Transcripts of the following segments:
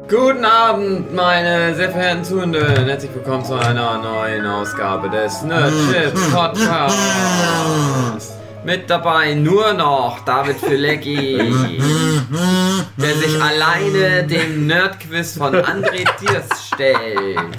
Guten Abend, meine sehr verehrten Zuhörenden. Herzlich willkommen zu einer neuen Ausgabe des Nerdship Podcasts. Mit dabei nur noch David Filecki, der sich alleine dem Nerdquiz von André Diers stellt.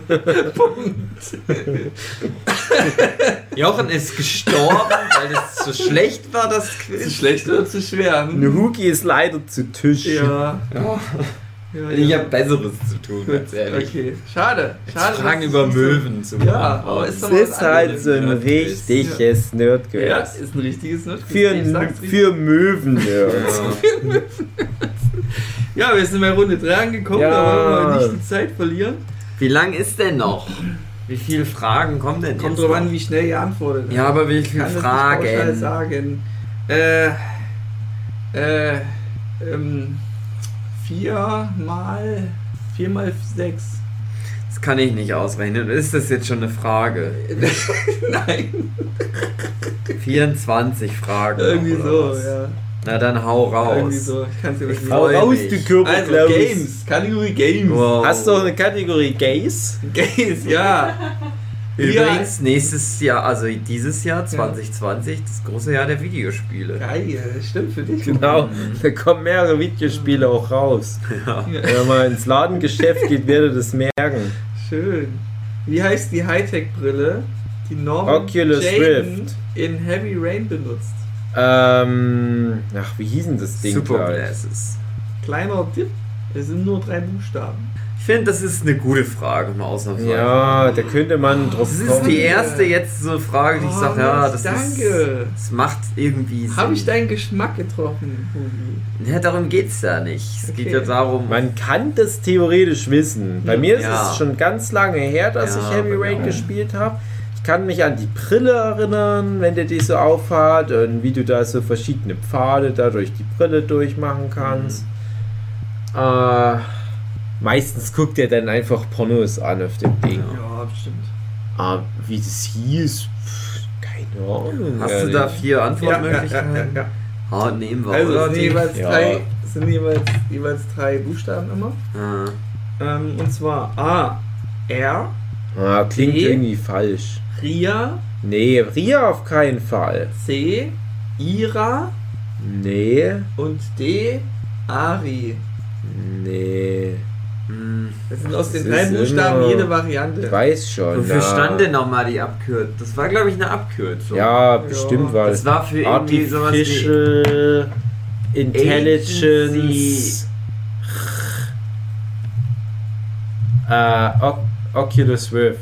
Jochen ist gestorben, weil es zu schlecht war, das Quiz. Zu schlecht oder zu schwer? Hugi ist leider zu Tisch. Ja. Ich habe Besseres zu tun, ganz ehrlich. Okay, schade. Fragen über Möwen zu machen. Ja, aber ist doch Das was ist halt anderes. so ein richtiges Nerdquiz. Ja, ist ein richtiges Nerdquiz. Für Möwen-Nerds. Ja, wir sind bei Runde 3 angekommen, Ja. da wollen wir nicht die Zeit verlieren. Wie lang ist denn noch? Wie viele Fragen kommen denn Kommt jetzt drauf noch? an, wie schnell ihr antwortet. Ja, aber wie Ich viele kann das nicht pauschal Fragen? sagen. 4 mal 6. Das kann ich nicht ausrechnen. Ist das jetzt schon eine Frage? Nein. 24 Fragen. Irgendwie oder so, was? ja. Na dann hau Irgendwie raus. so. Ich kann es dir Ich nicht freu Hau raus, mich. du Körperklaus. Also, Games. Kategorie Games. Wow. Hast du auch eine Kategorie Gays? Games, ja. Übrigens, nächstes Jahr, also dieses Jahr 2020, das große Jahr der Videospiele. Geil, stimmt für dich. Genau, da kommen mehrere Videospiele auch raus. Ja. Ja. Wenn man ins Ladengeschäft geht, werdet ihr das merken. Schön. Wie heißt die Hightech-Brille, die Norman Oculus Jaden Rift. in Heavy Rain benutzt? Ach, wie hieß denn das Ding Super gleich? Glasses. Kleiner Tipp, es sind nur 3 Buchstaben. Ich finde, das ist eine gute Frage, mal ausnahmsweise. Ja, da könnte man drauf Das ist kommen. die erste jetzt so Frage, die ich sage, ja, das danke. das macht irgendwie Sinn. Habe ich deinen Geschmack getroffen, Hugi? Ja, darum geht's ja nicht. Es geht ja darum, Man kann das theoretisch wissen. Bei mir ist Ja. es schon ganz lange her, dass Ja, ich Heavy bei mir Rain auch. gespielt habe. Ich kann mich an die Brille erinnern, wenn der die so aufhat und wie du da so verschiedene Pfade da durch die Brille durchmachen kannst. Meistens guckt er dann einfach Pornos an auf dem Ding. Ja, bestimmt. Wie das hieß, keine Ahnung. hast du da 4 Antwortmöglichkeiten? Ja. Ah, nehmen wir, Also, oder? es sind jeweils, Ja. jeweils 3 Buchstaben immer. Ah. Und zwar A, R, Klingt D? irgendwie falsch. Ria, Nee, Ria auf keinen Fall. C, Ira Nee, und D, Ari. nee. Hm. Das sind aus den Das 3 ist Buchstaben immer- jede Ich Variante. weiß schon. Wofür stand denn nochmal die Abkürzung? Das war, glaube ich, eine Abkürzung. Ja, bestimmt war Das war für irgendwie sowas wie Artificial Intelligence. Oculus Rift.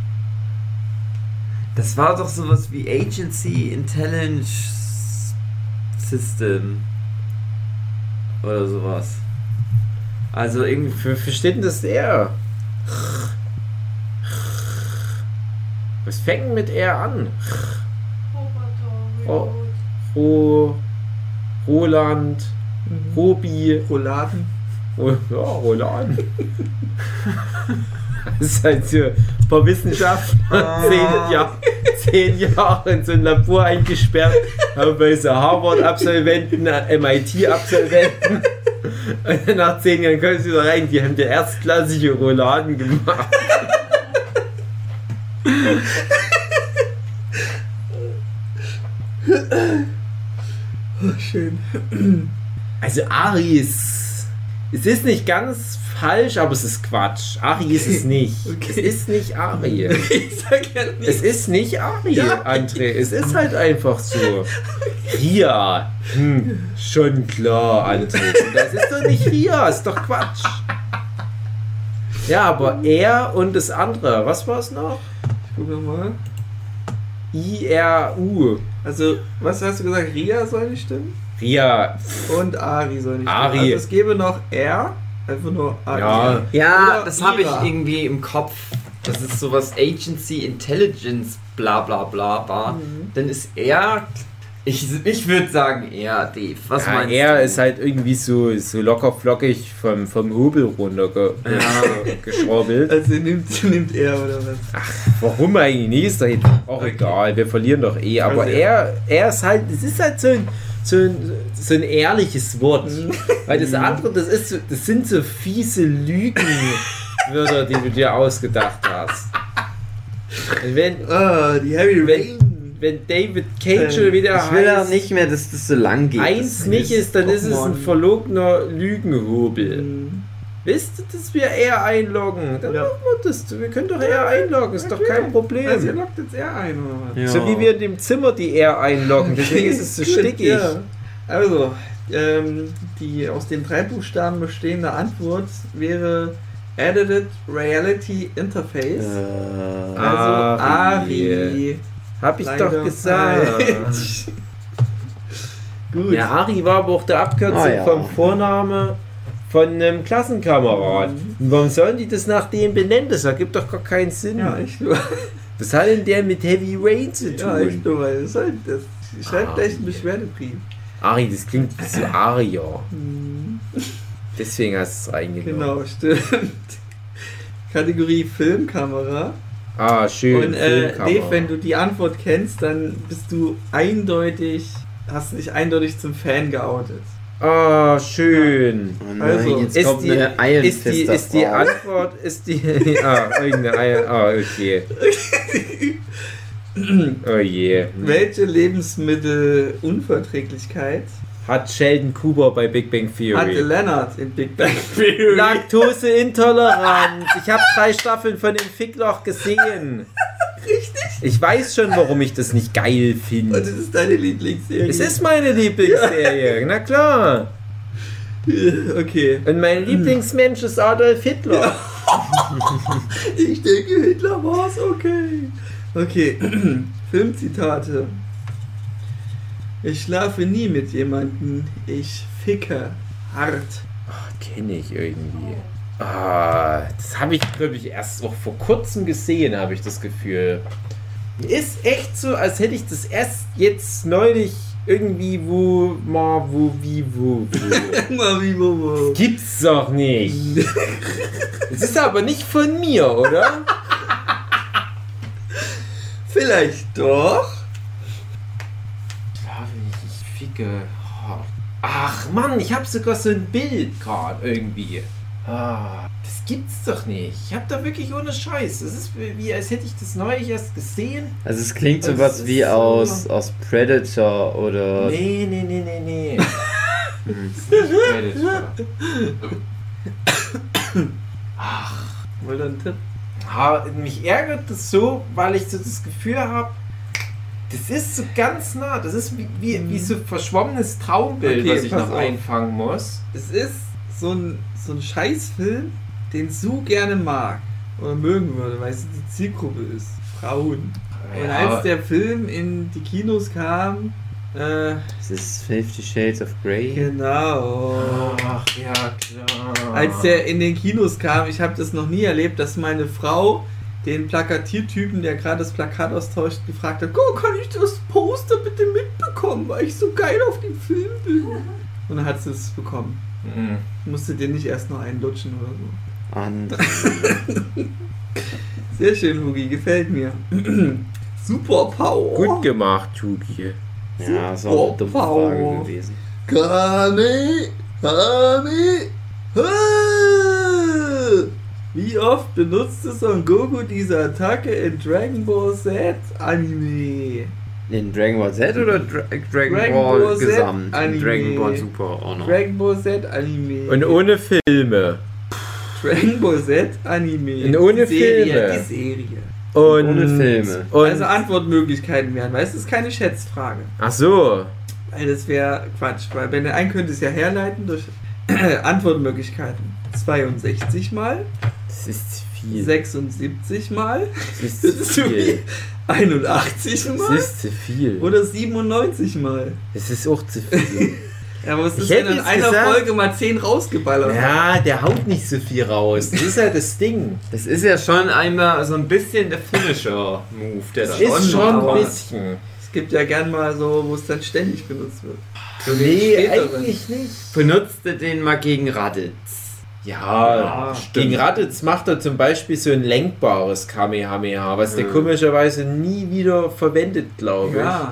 Das war doch sowas wie Agency Intelligence System. Oder sowas. Also irgendwie. Für steht denn das R? Was fängt denn mit R an? Roland, Robi, Rouladen. ja, Roland. Das ist halt so ein paar Wissenschaftler, 10 Jahre in so ein Labor eingesperrt, haben bei so Harvard-Absolventen, MIT-Absolventen. Und dann nach 10 Jahren kommen sie wieder rein, die haben der erstklassige Rouladen gemacht. Oh, schön. Also Ari ist... Es ist nicht ganz falsch, aber es ist Quatsch. Ari ist es nicht. Okay. Es ist nicht Ari. Ich sag ja nicht. Es ist nicht Ari, Ja. André. Es ist halt einfach so. Ria. Schon klar, André. Das ist doch nicht Ria, ist doch Quatsch. Ja, aber er und das andere. Was war es noch? Guck nochmal. IRU. Also, was hast du gesagt? Ria soll nicht stimmen? Ria. Und Ari soll nicht Ari. stimmen. Also, es gäbe noch R. Einfach nur Ari. Ja. Ja, Oder das habe ich Ira. irgendwie im Kopf. Das ist sowas Agency Intelligence bla bla bla bla. Dann ist er. Ich würde sagen eher Dave. Was Ja, meinst er du? ist halt irgendwie so locker flockig vom Hubel runter geschraubelt. Also, nimmt er oder was? Warum eigentlich nicht? Ist doch jetzt auch egal. Wir verlieren doch eh. Aber Also, er ist halt, es ist halt so so ein ehrliches Wort. Weil das andere, das sind so fiese Lügenwörter, die du dir ausgedacht hast. Und die Heavy Rain. wenn David Cage oder wieder Ich will auch nicht mehr, dass das so lang geht. eins nicht ist, dann ist es ein verlogener Lügenhobel. Wisst ihr, dass wir eher einloggen? Dann machen wir das. Wir können doch eher einloggen, ist doch kein Problem. Also ihr loggt jetzt eher ein, oder was? Ja. So wie wir in dem Zimmer die eher einloggen, deswegen ist es so stickig. Ja. Also, die aus den 3 Buchstaben bestehende Antwort wäre Edited Reality Interface. Also ARI. Hab ich Leider doch gesagt. falsch. Gut. Ja, Ari war aber auch der Abkürzung vom Vorname von einem Klassenkamerad. Und warum sollen die das nach dem benennen? Das ergibt doch gar keinen Sinn. Ja, echt nur. Was hat denn der mit Heavy Rain zu tun? Ja, echt nur, weil das schreibt gleich einen Beschwerdebrief. Ari, das klingt wie so Aria. Deswegen hast du es reingenommen. Genau, stimmt. Kategorie Filmkamera. Ah, schön. Und Dave, wenn du die Antwort kennst, dann bist du hast dich eindeutig zum Fan geoutet. Ah, schön. Oh nein, Also, jetzt Ist kommt die, eine ist die Frau. Antwort, irgendeine Eier, okay. Oh je. Welche Lebensmittelunverträglichkeit Hat Sheldon Cooper bei Big Bang hatte Theory. Leonard in Big Bang Theory? Laktoseintolerant. Ich habe 3 Staffeln von dem Fickloch gesehen. Richtig. Ich weiß schon, warum ich das nicht geil Und finde. das ist deine Lieblingsserie. Es ist meine Lieblingsserie, na klar. Okay. Und mein Lieblingsmensch ist Adolf Hitler. Ich denke, Hitler war's, okay. Okay. Filmzitate. Ich schlafe nie mit jemandem. Ich ficke hart. Kenne ich irgendwie. Das habe ich, glaube ich, erst auch vor kurzem gesehen, habe ich das Gefühl. Ist echt so, als hätte ich das erst jetzt neulich irgendwie Mal wie, wo. Gibt's doch nicht. Es ist aber nicht von mir, oder? Vielleicht doch. Ich ficke. Ach Mann, ich habe sogar so ein Bild gerade irgendwie. Das gibt's doch nicht. Ich habe da wirklich ohne Scheiß. Das ist wie, als hätte ich das neulich erst gesehen. Also es klingt Das sowas ist wie so- aus Predator oder... Nee. Das ist nicht Predator. Wollt ihr einen Tipp? Mich ärgert das so, weil ich so das Gefühl habe, das ist so ganz nah. Das ist wie so ein verschwommenes Traumbild, Okay, was ich pass noch auf. einfangen muss. Es ist so ein Scheißfilm, den Su gerne mag oder mögen würde, weil es die Zielgruppe ist. Frauen. Und als der Film in die Kinos kam, Das ist 50 Shades of Grey. genau. Ach ja, klar. Als der in den Kinos kam, ich habe das noch nie erlebt, dass meine Frau den Plakatiertypen, der gerade das Plakat austauscht, gefragt hat, oh, kann ich das Poster bitte mitbekommen, weil ich so geil auf den Film bin. Und dann hat sie es bekommen. Musste dir nicht erst noch einen lutschen oder so. Andere. Sehr schön, Hugi, gefällt mir. Super Power. Gut gemacht, Tugi. Ja, das war auch eine dumme Frage Power. gewesen. Kane. Wie oft benutzte Son Goku diese Attacke in Dragon Ball Z Anime? In Dragon Ball Z oder Dragon Dragon Ball Ball Z gesamt? Anime. Dragon Ball Super auch noch. Dragon Ball Z Anime. Und ohne Filme. Dragon Ball Z Anime. Und ohne Die Serie, Filme. Die Serie. Und Ohne Filme. Und, Also Antwortmöglichkeiten wären, weil es ist keine Schätzfrage. ach so. Weil das wäre Quatsch. Weil wenn der einen könnte es ja herleiten durch Antwortmöglichkeiten. 62 mal, Das ist zu viel. 76 mal, Das ist das zu ist zu viel. viel. 81 Das mal ist zu viel. oder 97 mal. Das ist auch zu viel. Ja, was Ich ist, wenn hätte in jetzt einer gesagt- Folge mal 10 rausgeballert hat? Ja, der haut nicht so viel raus. Das ist ja das Ding. Das ist ja schon einmal so ein bisschen der Finisher-Move, der Das da ist schon aber- ein bisschen. Es gibt ja gern mal so, wo es dann ständig benutzt wird. Nee, Späteren. eigentlich nicht. Benutzte den mal gegen Raditz. Ja, gegen Raditz macht er zum Beispiel so ein lenkbares Kamehameha, was der komischerweise nie wieder verwendet, glaube ich. Ja,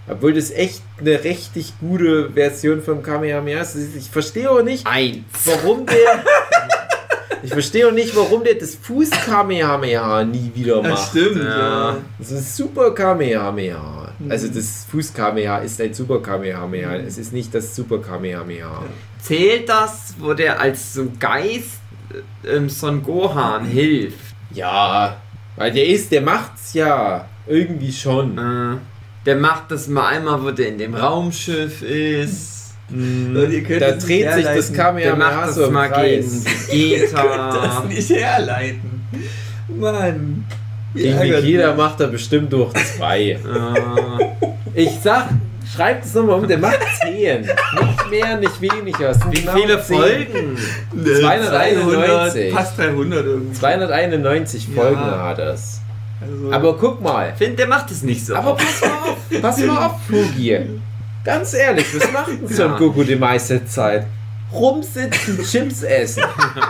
Obwohl das echt eine richtig gute Version vom Kamehameha ist. Ich verstehe auch nicht, warum der... Ich verstehe auch nicht, warum der das Fuß-Kamehameha nie wieder macht. Das stimmt, ja. Das ist super Kamehameha. Also das Fuß-Kamehameha ist ein Super Kamehameha. Es ist nicht das Super Kamehameha. Zählt das, wo der als so Geist Son Gohan hilft? Ja, weil der macht's ja irgendwie schon. Der macht das mal einmal, wo der in dem Raumschiff ist. Da dreht sich das Der Kamehameha macht so das im mal Kreis. gegen Das Vegeta. nicht herleiten. Mann. Gegen Vegeta macht er bestimmt durch 2. Ich sag, schreibt es nochmal um, der macht 10. Nicht mehr, nicht weniger. Wie viele Folgen? 291. Fast 300 irgendwie. 291 Folgen hat das. Also, Aber guck mal. Ich finde, der macht es nicht so. Aber pass mal auf, Fugi. Ganz ehrlich, was macht denn Son Goku die meiste Zeit? Rumsitzen, Chips essen.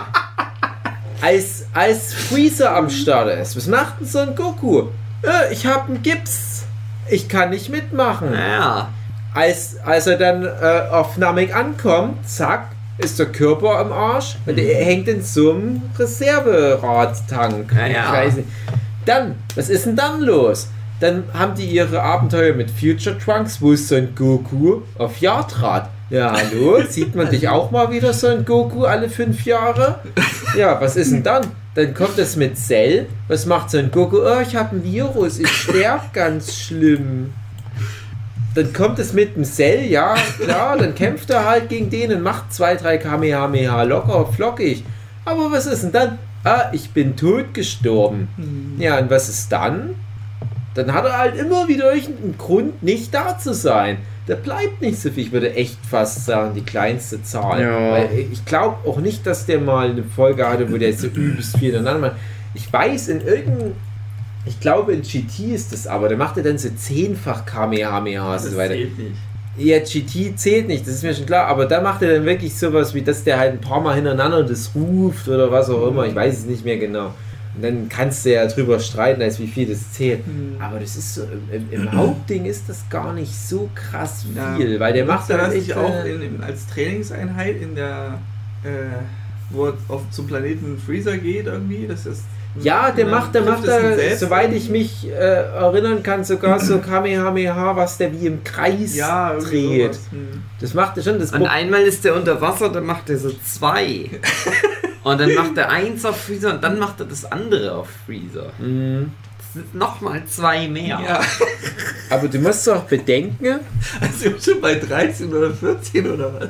Als Freezer am Start ist, was macht denn Son Goku? Ich hab einen Gips. Ich kann nicht mitmachen. Ja. Als er dann auf Namek ankommt, zack, ist der Körper am Arsch und er hängt in so einem Reserveradtank. Ja. Ich weiß nicht. Dann, was ist denn dann los? Dann haben die ihre Abenteuer mit Future Trunks, wo Son Goku auf Jagd trat. Ja, hallo, sieht man dich auch mal wieder, Son Goku, alle 5 Jahre? Ja, was ist denn dann? Dann kommt es mit Cell. Was macht Son Goku? Oh, ich habe ein Virus, ich sterbe ganz schlimm. Dann kommt es mit dem Cell, ja, klar, dann kämpft er halt gegen den und macht 2, 3 Kamehameha locker, flockig. Aber was ist denn dann? Ich bin tot gestorben. Ja, und was ist dann? Dann hat er halt immer wieder einen Grund, nicht da zu sein. Da bleibt nicht so viel. Ich würde echt fast sagen, die kleinste Zahl. Ja. Weil ich glaube auch nicht, dass der mal eine Folge hatte, wo der so übelst viel ineinander macht. Ich weiß, ich glaube in GT ist das aber, der macht ja dann so 10-fach Kamehameha und so weiter. zählt nicht. Ja, GT zählt nicht, das ist mir schon klar, aber da macht er dann wirklich sowas wie, dass der halt ein paar Mal hintereinander das ruft oder was auch immer, ich weiß es nicht mehr genau. Und dann kannst du ja drüber streiten, als wie viel das zählt. Aber das ist so, im Hauptding ist das gar nicht so krass viel, weil der macht dann dann sich echt auch als Trainingseinheit in der, wo er zum Planeten Freezer geht irgendwie, das ist... ja, der macht da, soweit ich mich erinnern kann, sogar so Kamehameha, was der wie im Kreis dreht. Sowas. Das macht er schon. Das Und einmal ist der unter Wasser, dann macht er so 2. Und dann macht er 1 auf Freezer und dann macht er das andere auf Freezer. Das sind nochmal 2 mehr. Ja. Aber du musst doch bedenken, Also schon bei 13 oder 14 oder was?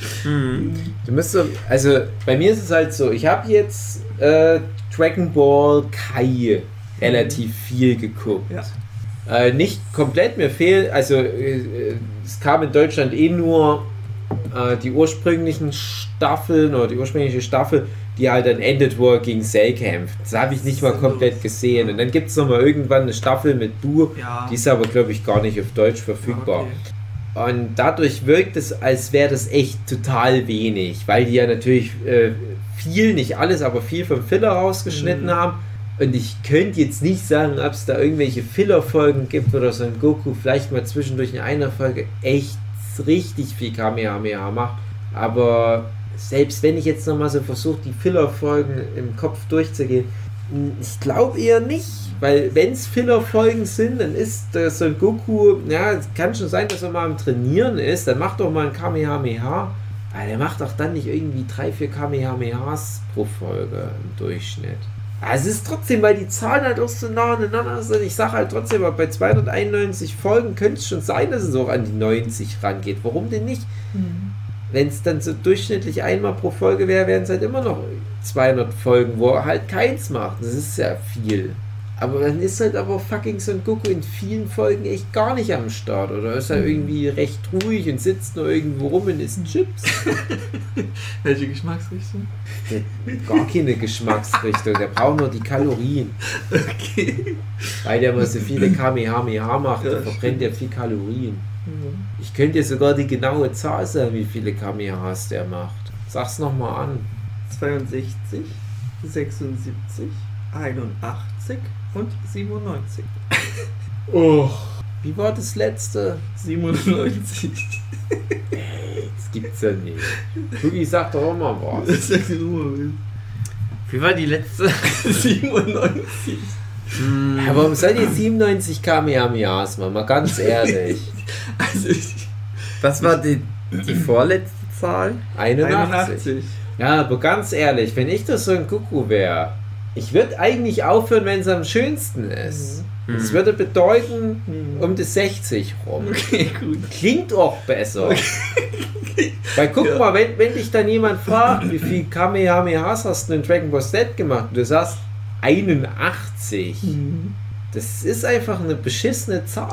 du musst doch, also bei mir ist es halt so, ich habe jetzt Dragon Ball Kai relativ viel geguckt. Ja. Nicht komplett, mir fehlt, also es kam in Deutschland nur die ursprünglichen Staffeln oder die ursprüngliche Staffel, die halt dann endet, wo er gegen Cell kämpft. Das habe ich nicht mal komplett gesehen. Und dann gibt es nochmal irgendwann eine Staffel mit Bu, die ist aber, glaube ich, gar nicht auf Deutsch verfügbar. Okay. Und dadurch wirkt es, als wäre das echt total wenig, weil die ja natürlich viel, nicht alles, aber viel vom Filler rausgeschnitten haben. Und ich könnte jetzt nicht sagen, ob es da irgendwelche Filler-Folgen gibt oder so ein Goku vielleicht mal zwischendurch in einer Folge echt richtig viel Kamehameha macht. Aber selbst wenn ich jetzt nochmal so versuche, die Filler-Folgen im Kopf durchzugehen, ich glaube eher nicht. Weil wenn es Filler-Folgen sind, dann ist Son Goku, ja, es kann schon sein, dass er mal am Trainieren ist, dann macht doch mal ein Kamehameha. Aber der macht doch dann nicht irgendwie 3, 4 Kamehamehas pro Folge im Durchschnitt. Also es ist trotzdem, weil die Zahlen halt auch so nah aneinander sind. Ich sage halt trotzdem, bei 291 Folgen könnte es schon sein, dass es auch an die 90 rangeht. Warum denn nicht? Wenn es dann so durchschnittlich einmal pro Folge wäre, wären es halt immer noch 200 Folgen, wo er halt keins macht. Das ist ja viel. Aber dann ist halt aber fucking Son Goku in vielen Folgen echt gar nicht am Start. Oder ist er irgendwie recht ruhig und sitzt nur irgendwo rum und isst Chips. Welche Geschmacksrichtung? Der hat gar keine Geschmacksrichtung. Der braucht nur die Kalorien. Okay. Weil der mal so viele Kamehameha macht, der verbrennt ja viel Kalorien. Ich könnte dir sogar die genaue Zahl sagen, wie viele Kamehas der macht. Sag's nochmal an. 62, 76, 81 und 97. Oh. Wie war das letzte? 97. Das gibt's ja nicht. Hugi, sag doch auch mal was. Das sagt die Nummer. Wie war die letzte? 97. Ja, warum soll die 97 Kamehamehas machen? Mal ganz ehrlich. Also Was war die vorletzte Zahl? 81. Ja, aber ganz ehrlich, wenn ich das so ein Kuckuck wäre, ich würde eigentlich aufhören, wenn es am schönsten ist. Das würde bedeuten, um die 60 rum. Okay, gut. Klingt auch besser. Weil guck mal, wenn dich dann jemand fragt, wie viel Kamehamehas hast du in Dragon Ball Z gemacht, und du sagst 81. Das ist einfach eine beschissene Zahl.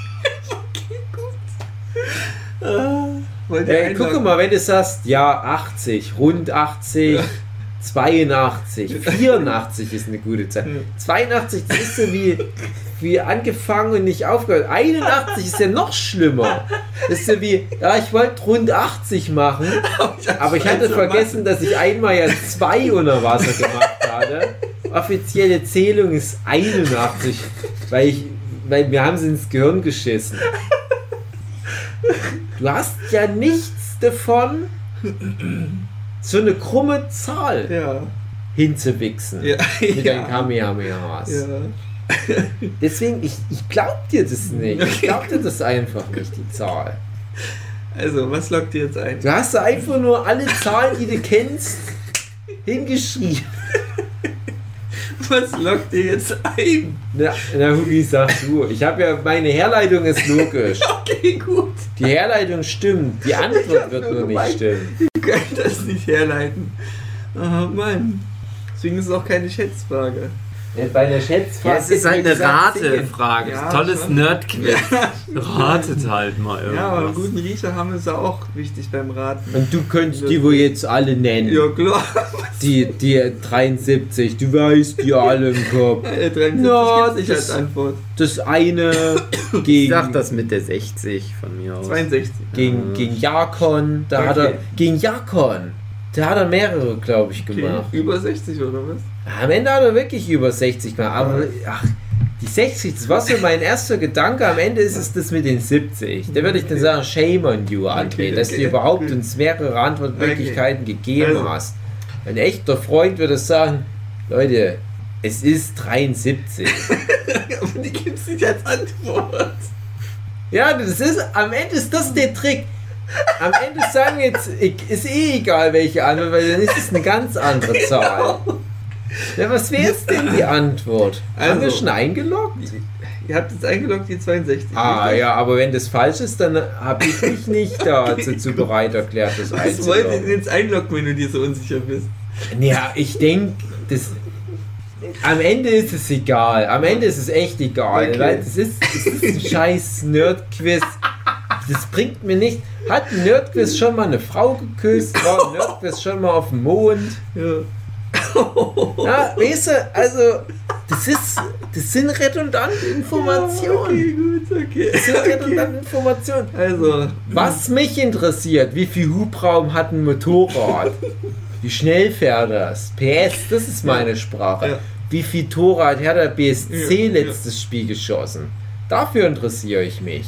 Guck mal, wenn du sagst, ja, 80, rund 80, 82, 84 ist eine gute Zahl. 82, das ist so wie angefangen und nicht aufgehört. 81 ist ja noch schlimmer. Das ist so wie, ja, ich wollte rund 80 machen, aber ich hatte vergessen, dass ich einmal ja 2 unter Wasser gemacht hatte. Offizielle Zählung ist 81, weil wir haben sie ins Gehirn geschissen. Du hast ja nichts davon, so eine krumme Zahl hinzuwichsen mit deinen Kamehamehas. Ja. Deswegen, ich glaub dir das nicht. Ich glaub dir das einfach nicht, die Zahl. Also, was lockt ihr jetzt ein? Du hast da einfach nur alle Zahlen, die du kennst, hingeschrieben. Was lockt ihr jetzt ein? Na Hugi, sag du. Ich habe ja, meine Herleitung ist logisch. Okay, gut. Die Herleitung stimmt, die Antwort wird nur nicht stimmen. Wir können das nicht herleiten. Oh Mann. Deswegen ist es auch keine Schätzfrage. Bei einer Schätzfrage. Ja, es ist halt eine Ratefrage. Ja, Tolles schon. Nerdquiz. Ratet halt mal irgendwas. Ja, aber einen guten Riecher haben ist auch wichtig beim Raten. Und du könntest die wohl jetzt alle nennen. Ja, klar. Die 73, du weißt die alle im Kopf. 73 Ja, gibt's nicht als Antwort. Das eine Ich gegen, sag das mit der 60 von mir aus. 62. gegen Jakon, da hat er, gegen Jakon, da hat er mehrere, glaube ich, Okay. gemacht. Über 60 oder was? Am Ende hat er wirklich über 60 gemacht, aber ach, die 60, das war so mein erster Gedanke, am Ende ist es das mit den 70. Da würde ich dann sagen, shame on you, André, dass du überhaupt uns mehrere Antwortmöglichkeiten gegeben Also. hast. Ein echter Freund würde sagen, Leute, es ist 73. Aber die gibt's nicht als Antwort. Ja, das ist, am Ende ist das der Trick. Am Ende sagen wir jetzt, ist eh egal welche Antwort, weil dann ist es eine ganz andere Zahl. Ja, was wäre jetzt denn die Antwort? Haben wir Also. schon eingeloggt? Ihr habt jetzt eingeloggt, die 62. Ah richtig? ja, aber wenn das falsch ist, dann habe ich mich nicht dazu bereit erklärt, das Was wollt ihr denn einzuloggen. jetzt einloggen, wenn du dir so unsicher bist? Ja, ich denke, am Ende ist es egal. Am Ende ist es echt egal, Okay. weil das ist ein scheiß Nerdquiz. Das bringt mir nicht. Hat ein Nerdquiz schon mal eine Frau geküsst? War ein Nerdquiz schon mal auf dem Mond? Ja. Ja, weißt du, also, das sind redundante Informationen. Okay, gut, okay. Das sind redundante Informationen. Also, Was mich interessiert, wie viel Hubraum hat ein Motorrad? Wie schnell fährt das? PS, das ist meine Sprache. Ja. Wie viel Tore hat Hertha BSC Ja. letztes Spiel geschossen? Dafür interessiere ich mich.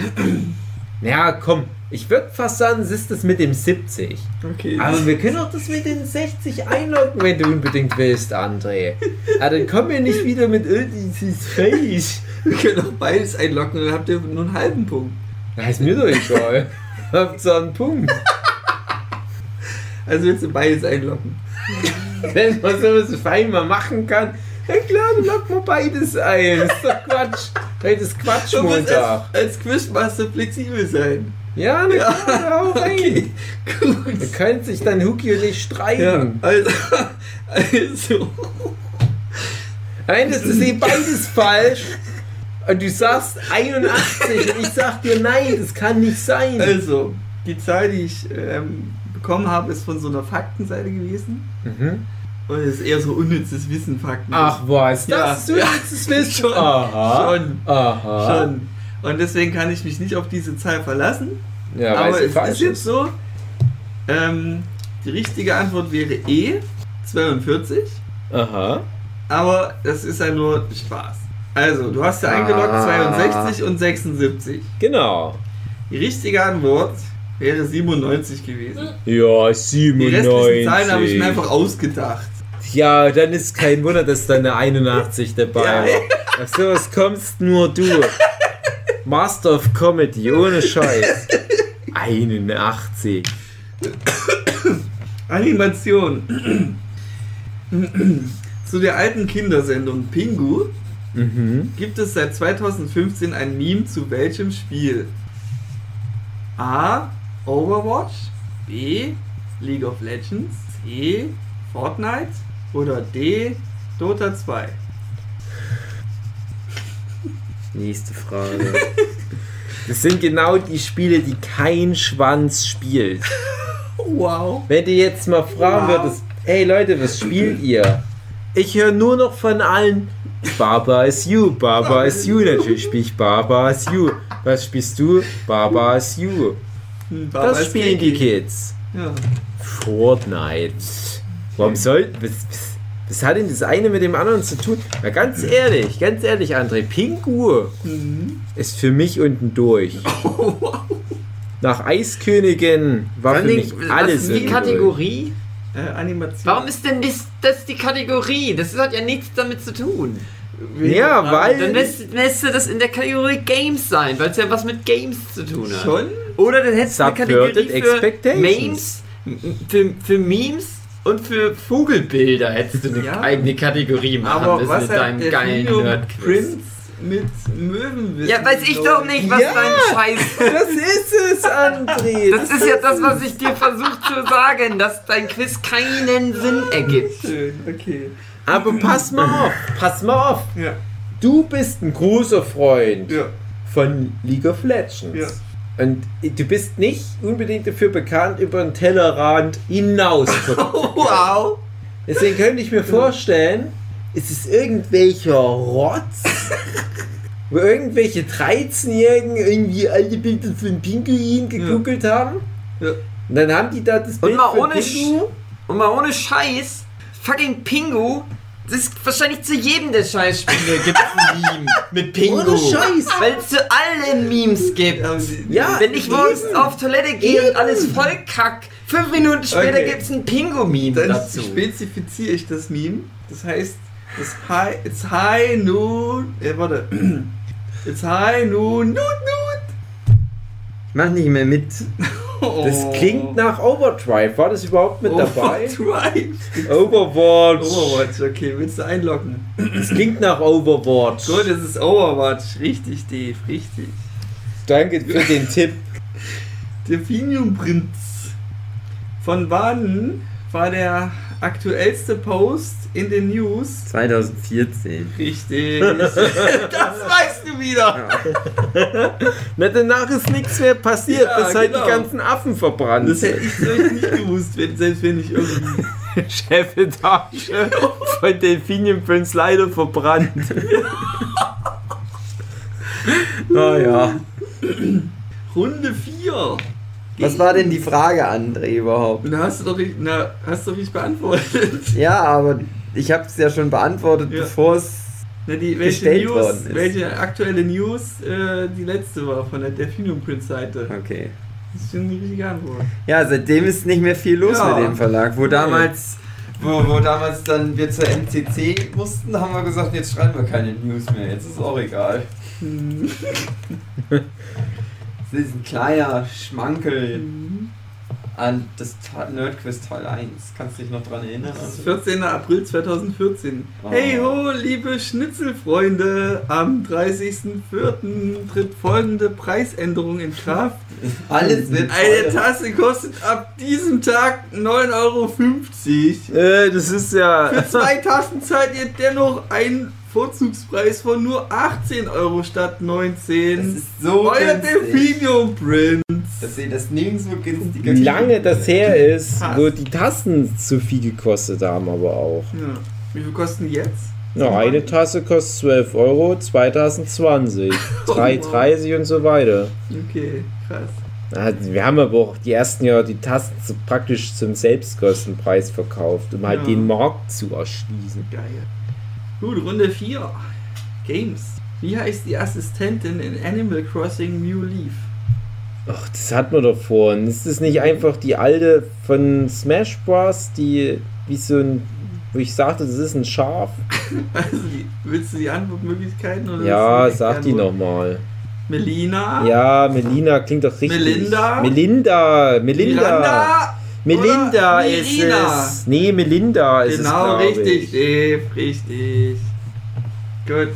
Ja, komm, ich würde fast sagen, es ist das mit dem 70. okay. Aber wir können auch das mit den 60 einloggen, wenn du unbedingt willst, André. Aber dann kommen wir nicht wieder mit dieses Face. Wir können auch beides einloggen und dann habt ihr nur einen halben Punkt. Das ist mir doch egal. Habt so einen Punkt. Also willst du beides einloggen? Wenn man sowas fein mal machen kann, ja klar, dann loggt man beides ein. Das ist doch Quatsch. Heute ist Du musst Quatschmontag. als Quizmaster flexibel sein. Ja, dann kann man auch rein. Okay, gut. Da können sich dann Huki und ich Ja, streiten. also. Am Ende ist das eh beides falsch. Und du sagst 81 und ich sag dir, nein, das kann nicht sein. Also, die Zahl, die ich bekommen habe, ist von so einer Faktenseite gewesen. Mhm. Und es ist eher so unnützes Wissen, Fakten. Ach, was? Ja, Das du ja. willst es wissen? Schon, Aha. schon. Aha. Schon. Und deswegen kann ich mich nicht auf diese Zahl verlassen. Ja, weil aber sie es falsch ist jetzt so, die richtige Antwort wäre E, 42. Aha. Aber das ist ja nur Spaß. Also, du hast ja eingeloggt 62 und 76. Genau. Die richtige Antwort wäre 97 gewesen. Ja, Die 97. restlichen Zahlen habe ich mir einfach ausgedacht. Ja, dann ist kein Wunder, dass da eine 81 dabei war. Auf sowas kommst nur du. Master of Comedy, ohne Scheiß. 81. Animation. Zu der alten Kindersendung Pingu gibt es seit 2015 ein Meme zu welchem Spiel? A. Overwatch, B. League of Legends, C. Fortnite oder D. Dota 2? Nächste Frage. Das sind genau die Spiele, die kein Schwanz spielt. Wow. Wenn du jetzt mal fragen würdest, hey Leute, was spielt ihr? Ich höre nur noch von allen Baba is you, Baba is you. Natürlich spiele ich Baba is you. Was spielst du? Baba is you. Das spielen die Kids. Ja. Fortnite. Warum soll... Was hat denn das eine mit dem anderen zu tun? Na, ganz ehrlich, André, Pingu ist für mich unten durch. Nach Eiskönigin war für mich alles was ist die Kategorie? Animation. Warum ist denn das die Kategorie? Das hat ja nichts damit zu tun. Ja, weil... Dann müsste das in der Kategorie Games sein, weil es ja was mit Games zu tun hat. Schon? Oder dann hättest du eine Kategorie Subverted für Memes, für Memes und für Vogelbilder hättest du eine eigene Kategorie machen Aber müssen was mit hat deinem der geilen Prinz Nerdquiz. mit Möwenwissen? Ja, weiß ich doch nicht, was dein Scheiß... Das ist es, André. Das ist ja das, was ich dir versuche zu sagen, dass dein Quiz keinen Sinn ergibt. Schön, okay. Aber pass mal auf. Ja. Du bist ein großer Freund Ja. von League of Legends. Ja. Und du bist nicht unbedingt dafür bekannt, über den Tellerrand hinaus zu gucken. Wow. Deswegen könnte ich mir vorstellen, ist es irgendwelcher Rotz, wo irgendwelche 13-Jährigen irgendwie alte Bilder von Pinguin gegoogelt haben. Ja. Und dann haben die da das Bild mal von ohne Pingu. Und mal ohne Scheiß, fucking Pingu, das ist wahrscheinlich zu jedem der Scheißspiele gibt es ein Meme mit Pingu. Ohne Scheiß. Weil es zu allen Memes gibt. Ja, Wenn ich morgens auf Toilette gehe und alles voll kack, 5 Minuten später Okay. gibt es ein Pingu-Meme Dann dazu. spezifiziere ich das Meme. Das heißt, it's high noon. Warte. It's high noon. Ich mach nicht mehr mit. Das klingt nach Overdrive. War das überhaupt mit dabei? Overdrive. Overwatch. Okay, willst du einloggen? Das klingt nach Overwatch. Gut, es ist Overwatch. Richtig, Dave, richtig. Danke für den Tipp. Der Prinz. Von wann war der aktuellste Post in den News? 2014. Richtig. Das weißt du wieder. Na, danach ist nichts mehr passiert, Ja, bis halt genau. die ganzen Affen verbrannt Das hätte sind. ich euch nicht gewusst, selbst wenn ich irgendwie... Chefetage von Delphinium Prince leider verbrannt. Naja. Runde 4. Was war denn die Frage, André, überhaupt? Hast du doch richtig beantwortet. Ja, aber ich habe es ja schon beantwortet, Ja. bevor es... Welche Gestellt worden ist. welche aktuelle News die letzte war von der Delphinium Prince Seite? Okay. Das ist schon die richtige Antwort. Ja, seitdem ist nicht mehr viel los Ja. mit dem Verlag. Wo damals dann wir zur MCC mussten, haben wir gesagt, jetzt schreiben wir keine News mehr. Jetzt ist auch egal. Das ist ein kleiner Schmankel an das Nerdquiz Teil 1. Kannst du dich noch dran erinnern? Das ist 14. April 2014. Oh. Hey ho, liebe Schnitzelfreunde, am 30.04. tritt folgende Preisänderung in Kraft. Alles wird Eine teurer. Tasse kostet ab diesem Tag 9,50 €. Das ist ja... Für 2 Tassen zahlt ihr dennoch einen Vorzugspreis von nur 18 € statt 19. Das ist so Euer günstig. Delphinium Prince. Dass ihr das nirgendwo günstiger Wie lange das her ist, Krass. wo die Tassen zu viel gekostet haben, aber auch. Ja. Wie viel kosten die jetzt? Na, eine Tasse kostet 12 €, 2 Tassen 20, 3,30 und so weiter. Okay, krass. Wir haben aber auch die ersten Jahre die Tassen praktisch zum Selbstkostenpreis verkauft, um halt Ja. den Markt zu erschließen. Geil. Gut, Runde 4. Games. Wie heißt die Assistentin in Animal Crossing New Leaf? Ach, das hat man doch vorhin. Ist das nicht einfach die alte von Smash Bros., die wie so ein, wo ich sagte, das ist ein Schaf? Also, willst du die Antwortmöglichkeiten? Oder Ja, sag die nochmal. Melina? Ja, Melina klingt doch richtig. Melinda? Melinda Oder ist Irina? es. Nee, Melinda ist Genau, es, richtig, ich. Dave, richtig. Gut.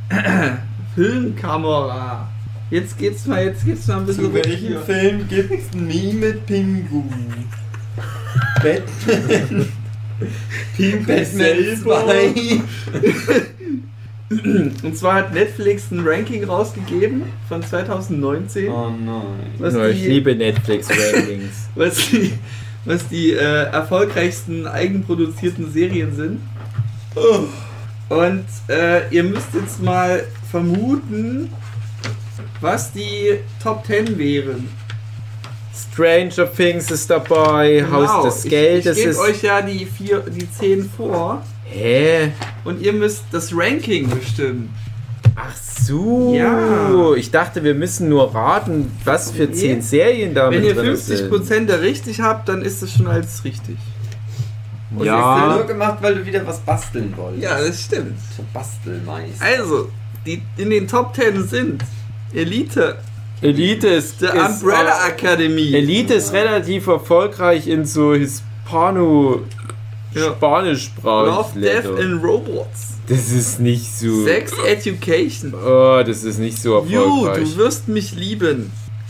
Filmkamera. Jetzt geht's mal ein bisschen Zu welchem Film gibt's nie mit Pingu? Batman. Batman 2. Und zwar hat Netflix ein Ranking rausgegeben von 2019. Oh nein. Was Ja, ich die- liebe Netflix-Rankings. was die erfolgreichsten eigenproduzierten Serien sind. Und ihr müsst jetzt mal vermuten, was die Top 10 wären. Stranger Things ist dabei, Haus des Geldes ich gebe ist... euch ja die 10 vor Hä? und ihr müsst das Ranking bestimmen. Ach so. Ja. Ich dachte, wir müssen nur raten, was für Nee. 10 Serien da Wenn mit ihr drin sind. 50% der richtig habt, dann ist das schon als richtig. Und Ja. das hast du nur gemacht, weil du wieder was basteln wolltest. Ja, das stimmt. Bastelmeister. Also, die in den Top 10 sind Elite, Elite ist... The Umbrella Academy, Elite ist relativ erfolgreich in so Hispano... Ja. Spanischsprachigen Love, Death Ländern. and Robots, Das ist nicht so... Sex Education, Oh, das ist nicht so You, erfolgreich. du wirst mich lieben,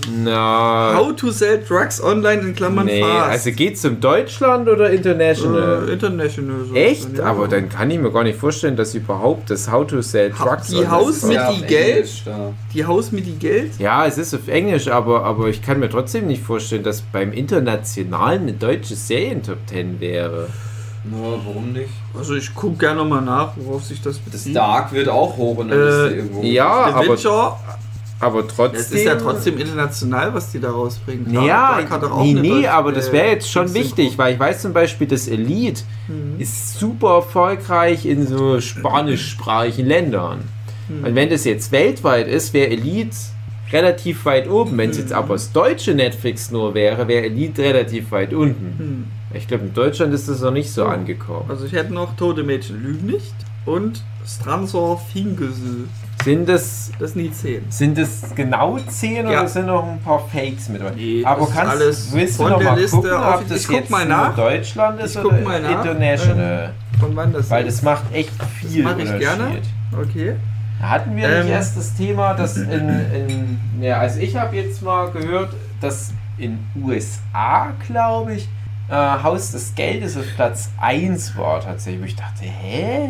Na... How to Sell Drugs Online in Klammern Nee, fast. also geht's um Deutschland oder international? International. So. Echt? Ja. Aber dann kann ich mir gar nicht vorstellen, dass überhaupt das How to Sell Drugs die online Haus ist. mit Ja, die auf Geld? Englisch da. Die Haus mit die Geld? Ja, es ist auf Englisch, aber ich kann mir trotzdem nicht vorstellen, dass beim Internationalen eine deutsche Serien-Top 10 wäre. Na, warum nicht? Also ich gucke gerne nochmal nach, worauf sich das Das bezieht. Dark wird auch hoch und dann ist der irgendwo. Ja, The aber Witcher, Aber trotzdem. es ist ja trotzdem international, was die da rausbringen. Ja, Dark hat doch auch eine nee, deutsche- aber das wäre jetzt schon Synchro. wichtig, weil ich weiß zum Beispiel, das Elite Mhm. ist super erfolgreich in so spanischsprachigen Ländern. Mhm. Und wenn das jetzt weltweit ist, wäre Elite relativ weit oben. Wenn es jetzt aber das deutsche Netflix nur wäre, wäre Elite relativ weit unten. Hm. Ich glaube, in Deutschland ist das noch nicht so angekommen. Also ich hätte noch Tote Mädchen lügen nicht und Stransor Fingesel. Sind das Das sind die 10. genau 10 Ja. oder sind noch ein paar Fakes mit dabei? Nee, aber das ist alles willst du von noch der mal Liste gucken, auf- ob das ich guck jetzt mal nur nach. Deutschland ist Ich guck oder mal nach. international? Von wann das Weil ist? das macht echt viel mach ich Unterschied. gerne. Okay. Hatten wir nicht erst das Thema, dass also ich habe jetzt mal gehört, dass in USA, glaube ich, Haus des Geldes auf Platz 1 war tatsächlich. Wo ich dachte, hä?